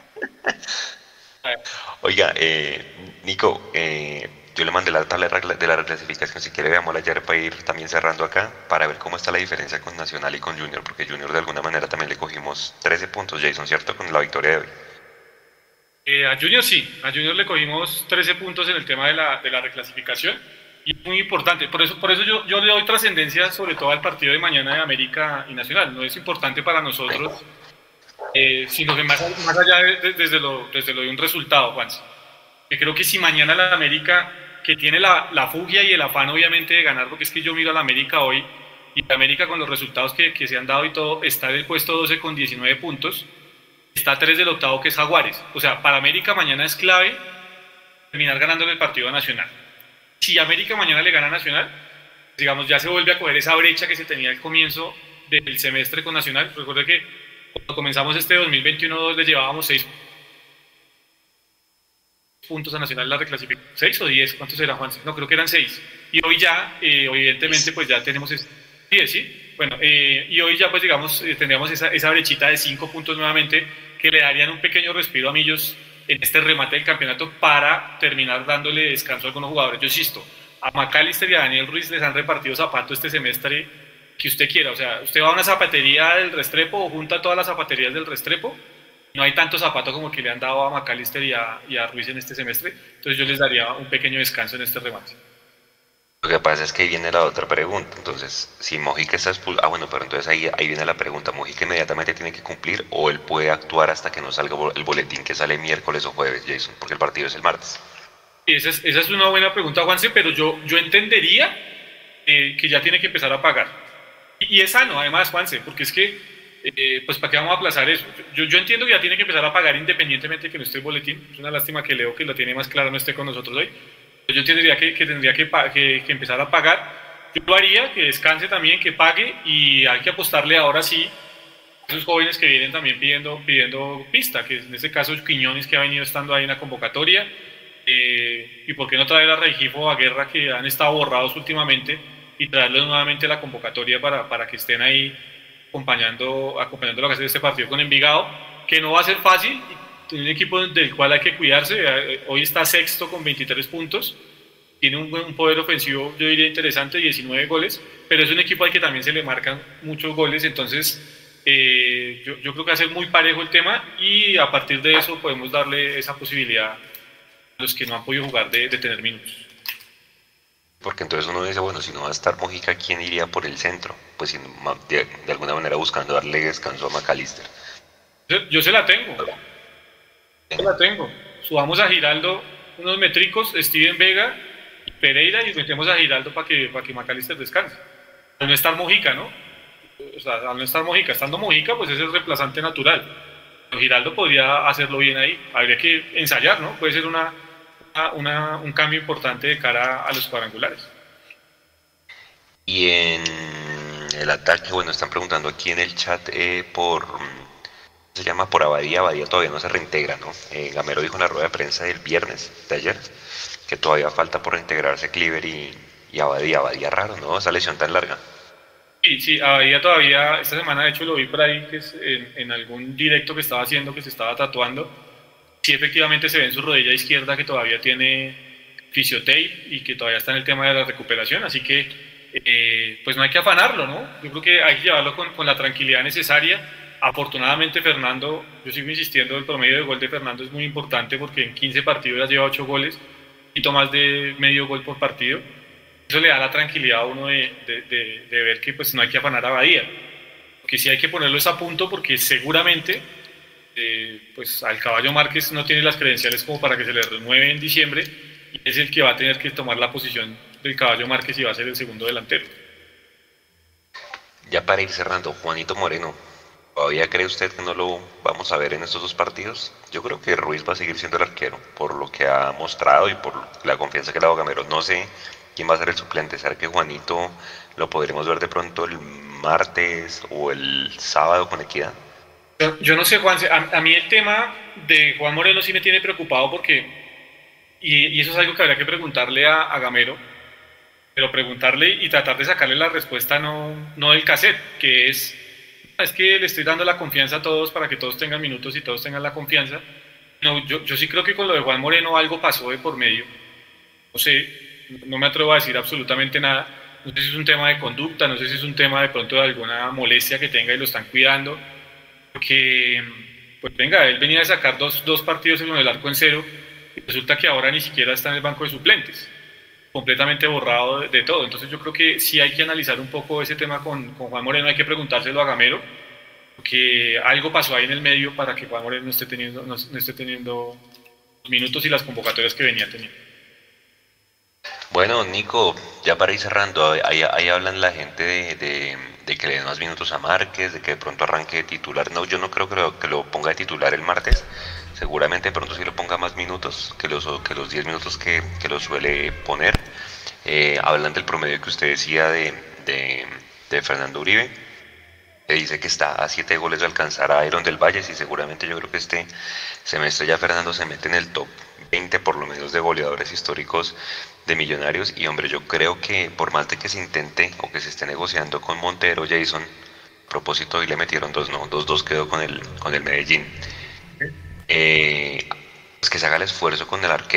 Oiga, Nico, yo le mandé la tabla de la reclasificación. Si quiere, veámosla ayer para ir también cerrando acá, para ver cómo está la diferencia con Nacional y con Junior, porque Junior de alguna manera también le cogimos 13 puntos, Jason, ¿cierto? Con la victoria de hoy. A Junior sí, a Junior le cogimos 13 puntos en el tema de la reclasificación y es muy importante, por eso yo le doy trascendencia sobre todo al partido de mañana de América y Nacional. No es importante para nosotros, sino que más allá desde lo de un resultado, Juan. Yo creo que si mañana la América, que tiene la fugia y el afán obviamente de ganar, porque es que yo miro a la América hoy y la América con los resultados que se han dado y todo, está en el puesto 12 con 19 puntos. Está 3 del octavo, que es Jaguares. O sea, para América mañana es clave terminar ganándole el partido a Nacional. Si América mañana le gana a Nacional, digamos, ya se vuelve a coger esa brecha que se tenía al comienzo del semestre con Nacional. Recuerde que cuando comenzamos este 2021 le llevábamos 6 puntos a Nacional la reclasificación. ¿6 o 10? ¿Cuántos eran, Juan? No, creo que eran 6. Y hoy ya, evidentemente, pues ya tenemos 10, ¿sí? Bueno, y hoy ya, pues digamos, tendríamos esa brechita de 5 puntos nuevamente que le darían un pequeño respiro a Millos en este remate del campeonato para terminar dándole descanso a algunos jugadores. Yo insisto, a McAllister y a Daniel Ruiz les han repartido zapatos este semestre que usted quiera. O sea, usted va a una zapatería del Restrepo o junta todas las zapaterías del Restrepo, no hay tanto zapato como que le han dado a McAllister y a Ruiz en este semestre. Entonces yo les daría un pequeño descanso en este remate. Lo que pasa es que ahí viene la otra pregunta. Entonces, si Mojica está expulsado, bueno, pero entonces ahí viene la pregunta. ¿Mojica inmediatamente tiene que cumplir o él puede actuar hasta que no salga el boletín que sale miércoles o jueves, Jason? Porque el partido es el martes. Esa es una buena pregunta, Juanse, pero yo entendería que ya tiene que empezar a pagar. Y es sano, además, Juanse, porque es que, pues, ¿para qué vamos a aplazar eso? Yo entiendo que ya tiene que empezar a pagar independientemente de que no esté el boletín. Es una lástima que Leo, que lo tiene más claro, no esté con nosotros hoy. Yo entendería que tendría que empezar a pagar. Yo lo haría, que descanse también, que pague, y hay que apostarle ahora sí a esos jóvenes que vienen también pidiendo pista, que en este caso Quiñones, que ha venido estando ahí en la convocatoria, y por qué no traer a Regifo o a Guerra, que han estado borrados últimamente, y traerlos nuevamente a la convocatoria para que estén ahí acompañando lo que hace este partido con Envigado, que no va a ser fácil. Tiene un equipo del cual hay que cuidarse. Hoy está sexto con 23 puntos, tiene un poder ofensivo, yo diría interesante, 19 goles, pero es un equipo al que también se le marcan muchos goles. Entonces yo creo que va a ser muy parejo el tema, y a partir de eso podemos darle esa posibilidad a los que no han podido jugar de tener minutos. Porque entonces uno dice, bueno, si no va a estar Mojica, ¿quién iría por el centro? Pues de alguna manera buscando darle descanso a McAllister. Yo se la tengo. Subamos a Giraldo unos metricos, Steven Vega y Pereira, y metemos a Giraldo para que McAllister descanse. Al no estar Mojica, ¿no? O sea, al no estar Mojica, estando Mojica, pues es el reemplazante natural. Pero Giraldo podría hacerlo bien ahí. Habría que ensayar, ¿no? Puede ser un cambio importante de cara a los cuadrangulares. Y en el ataque, bueno, están preguntando aquí en el chat se llama por Abadía todavía no se reintegra, ¿no? Gamero dijo en la rueda de prensa del viernes de ayer que todavía falta por reintegrarse Cliver y Abadía raro, ¿no? Esa lesión tan larga. Sí, Abadía todavía, esta semana de hecho lo vi por ahí, que es en algún directo que estaba haciendo, que se estaba tatuando. Sí, efectivamente se ve en su rodilla izquierda que todavía tiene fisiotape y que todavía está en el tema de la recuperación, así que pues no hay que afanarlo, ¿no? Yo creo que hay que llevarlo con la tranquilidad necesaria. Afortunadamente Fernando, yo sigo insistiendo, el promedio de gol de Fernando es muy importante, porque en 15 partidos ya lleva 8 goles, un poquito más de medio gol por partido. Eso le da la tranquilidad a uno de ver que pues no hay que afanar a Abadía, porque sí hay que ponerlo a punto, porque seguramente pues al Caballo Márquez no tiene las credenciales como para que se le renueve en diciembre, y es el que va a tener que tomar la posición del Caballo Márquez y va a ser el segundo delantero. Ya para ir cerrando, Juanito Moreno, ¿todavía cree usted que no lo vamos a ver en estos dos partidos? Yo creo que Ruiz va a seguir siendo el arquero, por lo que ha mostrado y por la confianza que le ha dado Gamero. No sé quién va a ser el suplente. ¿Será que Juanito lo podremos ver de pronto el martes o el sábado con Equidad? Yo no sé, Juan, a mí el tema de Juan Moreno sí me tiene preocupado, porque, y eso es algo que habría que preguntarle a Gamero, pero preguntarle y tratar de sacarle la respuesta no del cassette, que es que le estoy dando la confianza a todos para que todos tengan minutos y todos tengan la confianza. No, yo sí creo que con lo de Juan Moreno algo pasó de por medio. No sé, no me atrevo a decir absolutamente nada. No sé si es un tema de conducta, no sé si es un tema de pronto de alguna molestia que tenga y lo están cuidando. Porque, pues venga, él venía de sacar dos partidos con el arco en cero, y resulta que ahora ni siquiera está en el banco de suplentes, completamente borrado de todo. Entonces yo creo que sí hay que analizar un poco ese tema con Juan Moreno, hay que preguntárselo a Gamero, porque algo pasó ahí en el medio para que Juan Moreno no esté teniendo los minutos y las convocatorias que venía teniendo. Bueno, Nico, ya para ir cerrando, ahí hablan la gente de que le den más minutos a Márquez, de que de pronto arranque de titular. No, yo no creo que lo ponga de titular el martes. Seguramente de pronto sí lo ponga más minutos que los 10 minutos que lo suele poner. Hablan del promedio que usted decía de Fernando Uribe. Dice que está a 7 goles de alcanzar a Iron del Valle, y seguramente yo creo que este semestre ya Fernando se mete en el top 20 por lo menos de goleadores históricos de Millonarios. Y hombre, yo creo que por más de que se intente o que se esté negociando con Montero, Jason, a propósito, hoy le metieron 2-2 quedó con el Medellín. Pues que se haga el esfuerzo con el arquero,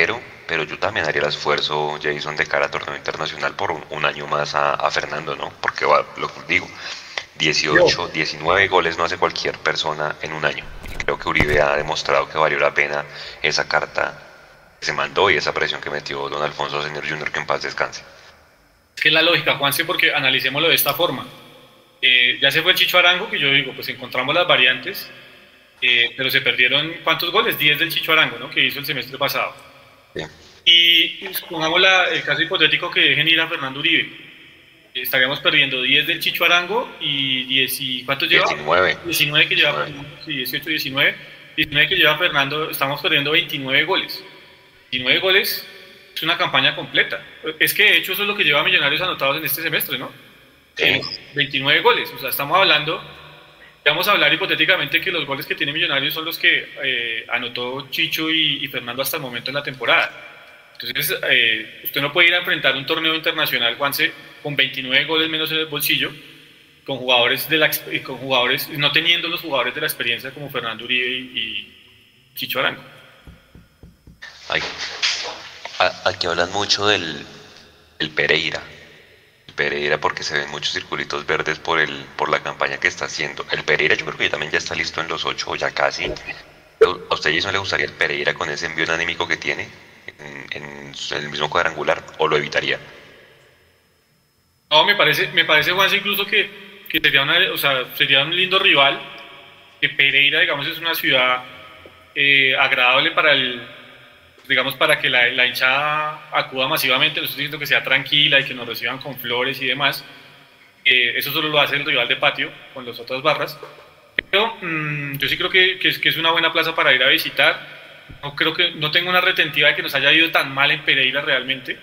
pero yo también haría el esfuerzo, Jason, de cara a torneo internacional por un año más a Fernando, ¿no? Porque lo que digo, 18, 19 goles no hace cualquier persona en un año. Y creo que Uribe ha demostrado que valió la pena esa carta que se mandó y esa presión que metió don Alfonso Señor Junior, que en paz descanse. Es que es la lógica, Juanse, porque analicémoslo de esta forma. Ya se fue el Chicho Arango, que yo digo, pues encontramos las variantes, pero se perdieron, ¿cuántos goles? 10 del Chicho Arango, ¿no? Que hizo el semestre pasado. Sí. Y pongamos el caso hipotético que dejen ir a Fernando Uribe. Estaríamos perdiendo 10 del Chicho Arango y ¿cuántos lleva? 19. 19 que lleva Fernando, sí, 18, 19. 19 que lleva Fernando, estamos perdiendo 29 goles. 29 goles es una campaña completa. Es que de hecho eso es lo que lleva Millonarios anotados en este semestre, ¿no? Sí. 29 goles. O sea, estamos hablando, vamos a hablar hipotéticamente que los goles que tiene Millonarios son los que anotó Chicho y Fernando hasta el momento en la temporada. Entonces, usted no puede ir a enfrentar un torneo internacional, Juanse, con 29 goles menos en el bolsillo, con jugadores no teniendo los jugadores de la experiencia como Fernando Uribe y Chicho Arango. Aquí hablan mucho del Pereira. El Pereira, porque se ven muchos circulitos verdes por la campaña que está haciendo. El Pereira yo creo que también ya está listo en los 8, o ya casi. ¿A usted no le gustaría el Pereira con ese envío anímico que tiene en el mismo cuadrangular, o lo evitaría? No, me parece Juanse, incluso que sería un lindo rival. Que Pereira, digamos, es una ciudad agradable para que la hinchada acuda masivamente. No estoy diciendo que sea tranquila y que nos reciban con flores y demás. Eso solo lo hace el rival de patio con las otras barras. Pero yo sí creo que es una buena plaza para ir a visitar. No tengo una retentiva de que nos haya ido tan mal en Pereira realmente.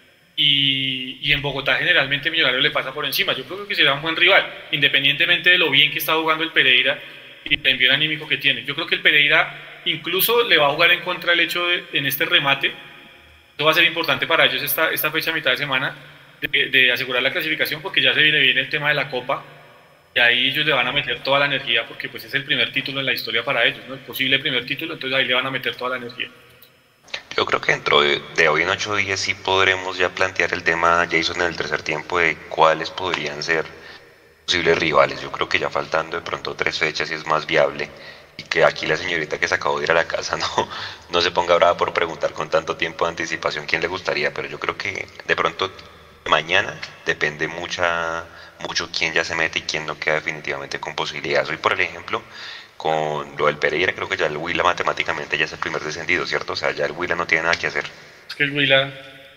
Y en Bogotá generalmente Millonarios le pasa por encima. Yo creo que será un buen rival, independientemente de lo bien que está jugando el Pereira y el envío anímico que tiene. Yo creo que el Pereira incluso le va a jugar en contra el hecho en este remate. Esto va a ser importante para ellos esta fecha a mitad de semana de asegurar la clasificación, porque ya se viene bien el tema de la Copa y ahí ellos le van a meter toda la energía, porque pues es el primer título en la historia para ellos, ¿no? El posible primer título, entonces ahí le van a meter toda la energía. Yo creo que dentro de hoy en 8 días sí podremos ya plantear el tema, Jason, en el tercer tiempo, de cuáles podrían ser posibles rivales. Yo creo que ya faltando de pronto 3 fechas y es más viable, y que aquí la señorita que se acabó de ir a la casa no se ponga brava por preguntar con tanto tiempo de anticipación quién le gustaría, pero yo creo que de pronto mañana depende mucho quién ya se mete y quién no queda definitivamente con posibilidades. Hoy, por ejemplo, con lo del Pereira, creo que ya el Huila matemáticamente ya es el primer descendido, ¿cierto? O sea, ya el Huila no tiene nada que hacer. Es que el Huila,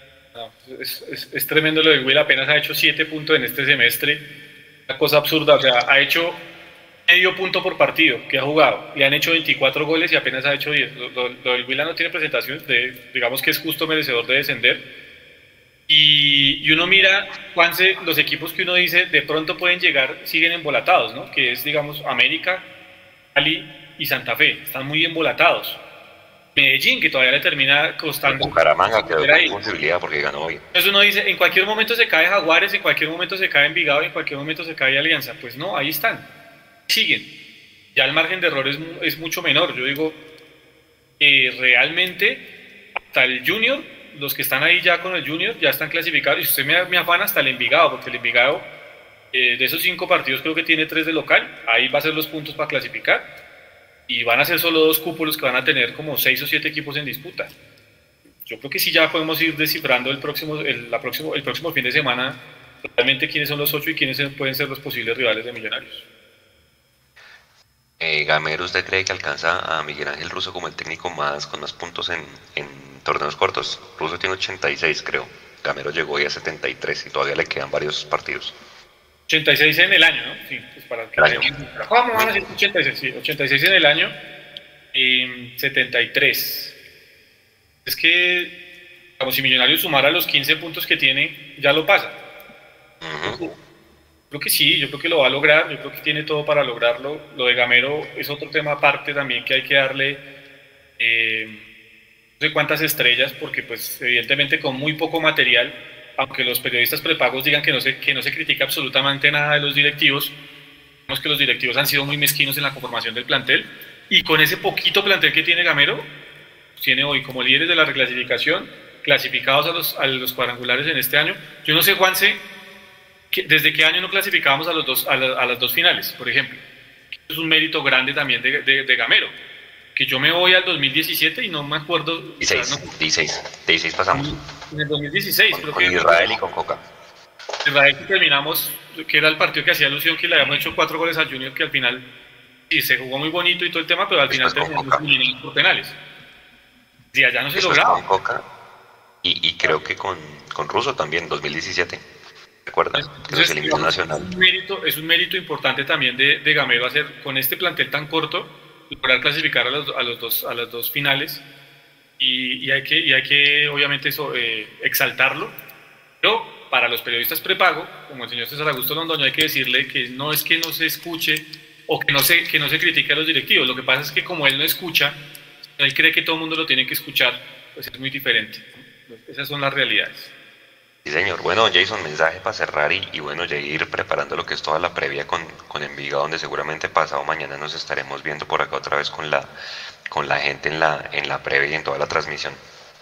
es tremendo lo del Huila, apenas ha hecho 7 puntos en este semestre, una cosa absurda, o sea, ha hecho medio punto por partido que ha jugado, y han hecho 24 goles y apenas ha hecho 10. Lo del Huila no tiene presentación, digamos que es justo merecedor de descender. Y uno mira, Juanse, los equipos que uno dice de pronto pueden llegar, siguen embolatados, ¿no? Que es, digamos, América, Cali y Santa Fe, están muy embolatados. Medellín, que todavía le termina costando. Bucaramanga, que da posibilidad porque ganó hoy. Entonces uno dice, en cualquier momento se cae Jaguares, en cualquier momento se cae Envigado, en cualquier momento se cae Alianza. Pues no, ahí están, siguen. Ya el margen de error es mucho menor. Yo digo, realmente, hasta el Junior, los que están ahí ya con el Junior, ya están clasificados. Y usted me afana hasta el Envigado, porque el Envigado, de esos 5 partidos, creo que tiene 3 de local. Ahí va a ser los puntos para clasificar. Y van a ser solo 2 cupos los que van a tener como 6 o 7 equipos en disputa. Yo creo que sí ya podemos ir descifrando el próximo fin de semana realmente quiénes son los 8 y quiénes pueden ser los posibles rivales de Millonarios. Gamero, ¿usted cree que alcanza a Miguel Ángel Russo como el técnico con más puntos en torneos cortos? Russo tiene 86, creo. Gamero llegó hoy a 73 y todavía le quedan varios partidos. 86 en el año, ¿no? Sí, pues para que ¿cómo van a decir 86? Sí, 86 en el año, 73. Es que, como si Millonarios sumara los 15 puntos que tiene, ya lo pasa. Creo que sí, yo creo que lo va a lograr, yo creo que tiene todo para lograrlo. Lo de Gamero es otro tema aparte también que hay que darle, no sé cuántas estrellas, porque pues evidentemente con muy poco material, aunque los periodistas prepagos digan que no se critica absolutamente nada de los directivos, vemos que los directivos han sido muy mezquinos en la conformación del plantel, y con ese poquito plantel que tiene Gamero, tiene hoy como líderes de la reclasificación, clasificados a los cuadrangulares en este año. Yo no sé, Juanse, ¿desde qué año no clasificábamos a las dos finales, por ejemplo? Es un mérito grande también de Gamero, que yo me voy al 2017 y no me acuerdo... 16 pasamos. En el 2016, creo con que... Israel y con Coca. Israel que terminamos, que era el partido que hacía alusión que le habíamos hecho 4 goles al Junior, que al final sí se jugó muy bonito y todo el tema, pero al final terminamos eliminados por penales. Y allá no se lograba. Con Coca y creo que con Russo también, 2017. ¿Recuerdas? Que nos eliminó Nacional. Es un mérito importante también de Gamero hacer con este plantel tan corto, lograr clasificar a las dos finales. Y hay que obviamente exaltarlo. Pero para los periodistas prepago, como el señor César Augusto Londoño, hay que decirle que no es que no se escuche o que no se critique a los directivos. Lo que pasa es que como él no escucha, él cree que todo el mundo lo tiene que escuchar, pues es muy diferente. Esas son las realidades. Sí, señor. Bueno, Jason, mensaje para cerrar y bueno, ya ir preparando lo que es toda la previa con Envigado, donde seguramente pasado mañana nos estaremos viendo por acá otra vez con la gente en la previa y en toda la transmisión.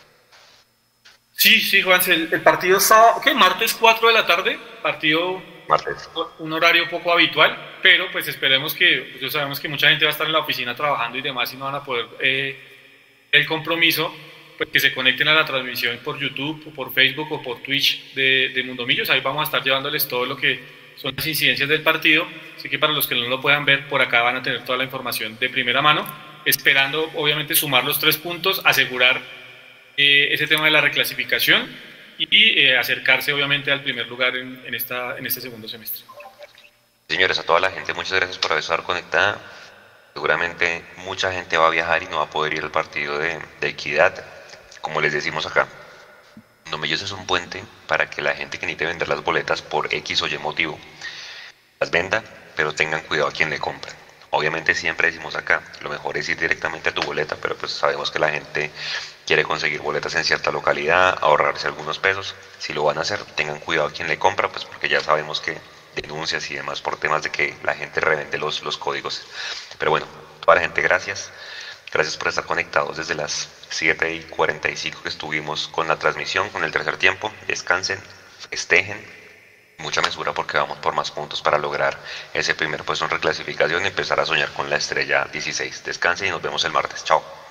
Sí, Juanse, el partido está, martes 4 de la tarde, partido martes. Un horario poco habitual, pero pues esperemos que, pues sabemos que mucha gente va a estar en la oficina trabajando y demás y no van a poder el compromiso, pues que se conecten a la transmisión por YouTube, o por Facebook o por Twitch de Mundomillos. Ahí vamos a estar llevándoles todo lo que son las incidencias del partido, así que para los que no lo puedan ver, por acá van a tener toda la información de primera mano, esperando obviamente sumar los 3 puntos, asegurar ese tema de la reclasificación y acercarse obviamente al primer lugar en este segundo semestre. Señores, a toda la gente, muchas gracias por haber estado conectada. Seguramente mucha gente va a viajar y no va a poder ir al partido de Equidad. Como les decimos acá, Mundomillos es un puente para que la gente que necesite vender las boletas por X o Y motivo las venda, pero tengan cuidado a quien le compra. Obviamente siempre decimos acá, lo mejor es ir directamente a tu boleta, pero pues sabemos que la gente quiere conseguir boletas en cierta localidad, ahorrarse algunos pesos. Si lo van a hacer, tengan cuidado a quien le compra, pues porque ya sabemos que denuncias y demás por temas de que la gente revende los códigos. Pero bueno, toda la gente, gracias. Gracias por estar conectados desde las 7:45 que estuvimos con la transmisión, con el tercer tiempo. Descansen, festejen. Mucha mesura porque vamos por más puntos para lograr ese primer puesto en reclasificación y empezar a soñar con la estrella 16. Descansen y nos vemos el martes. Chao.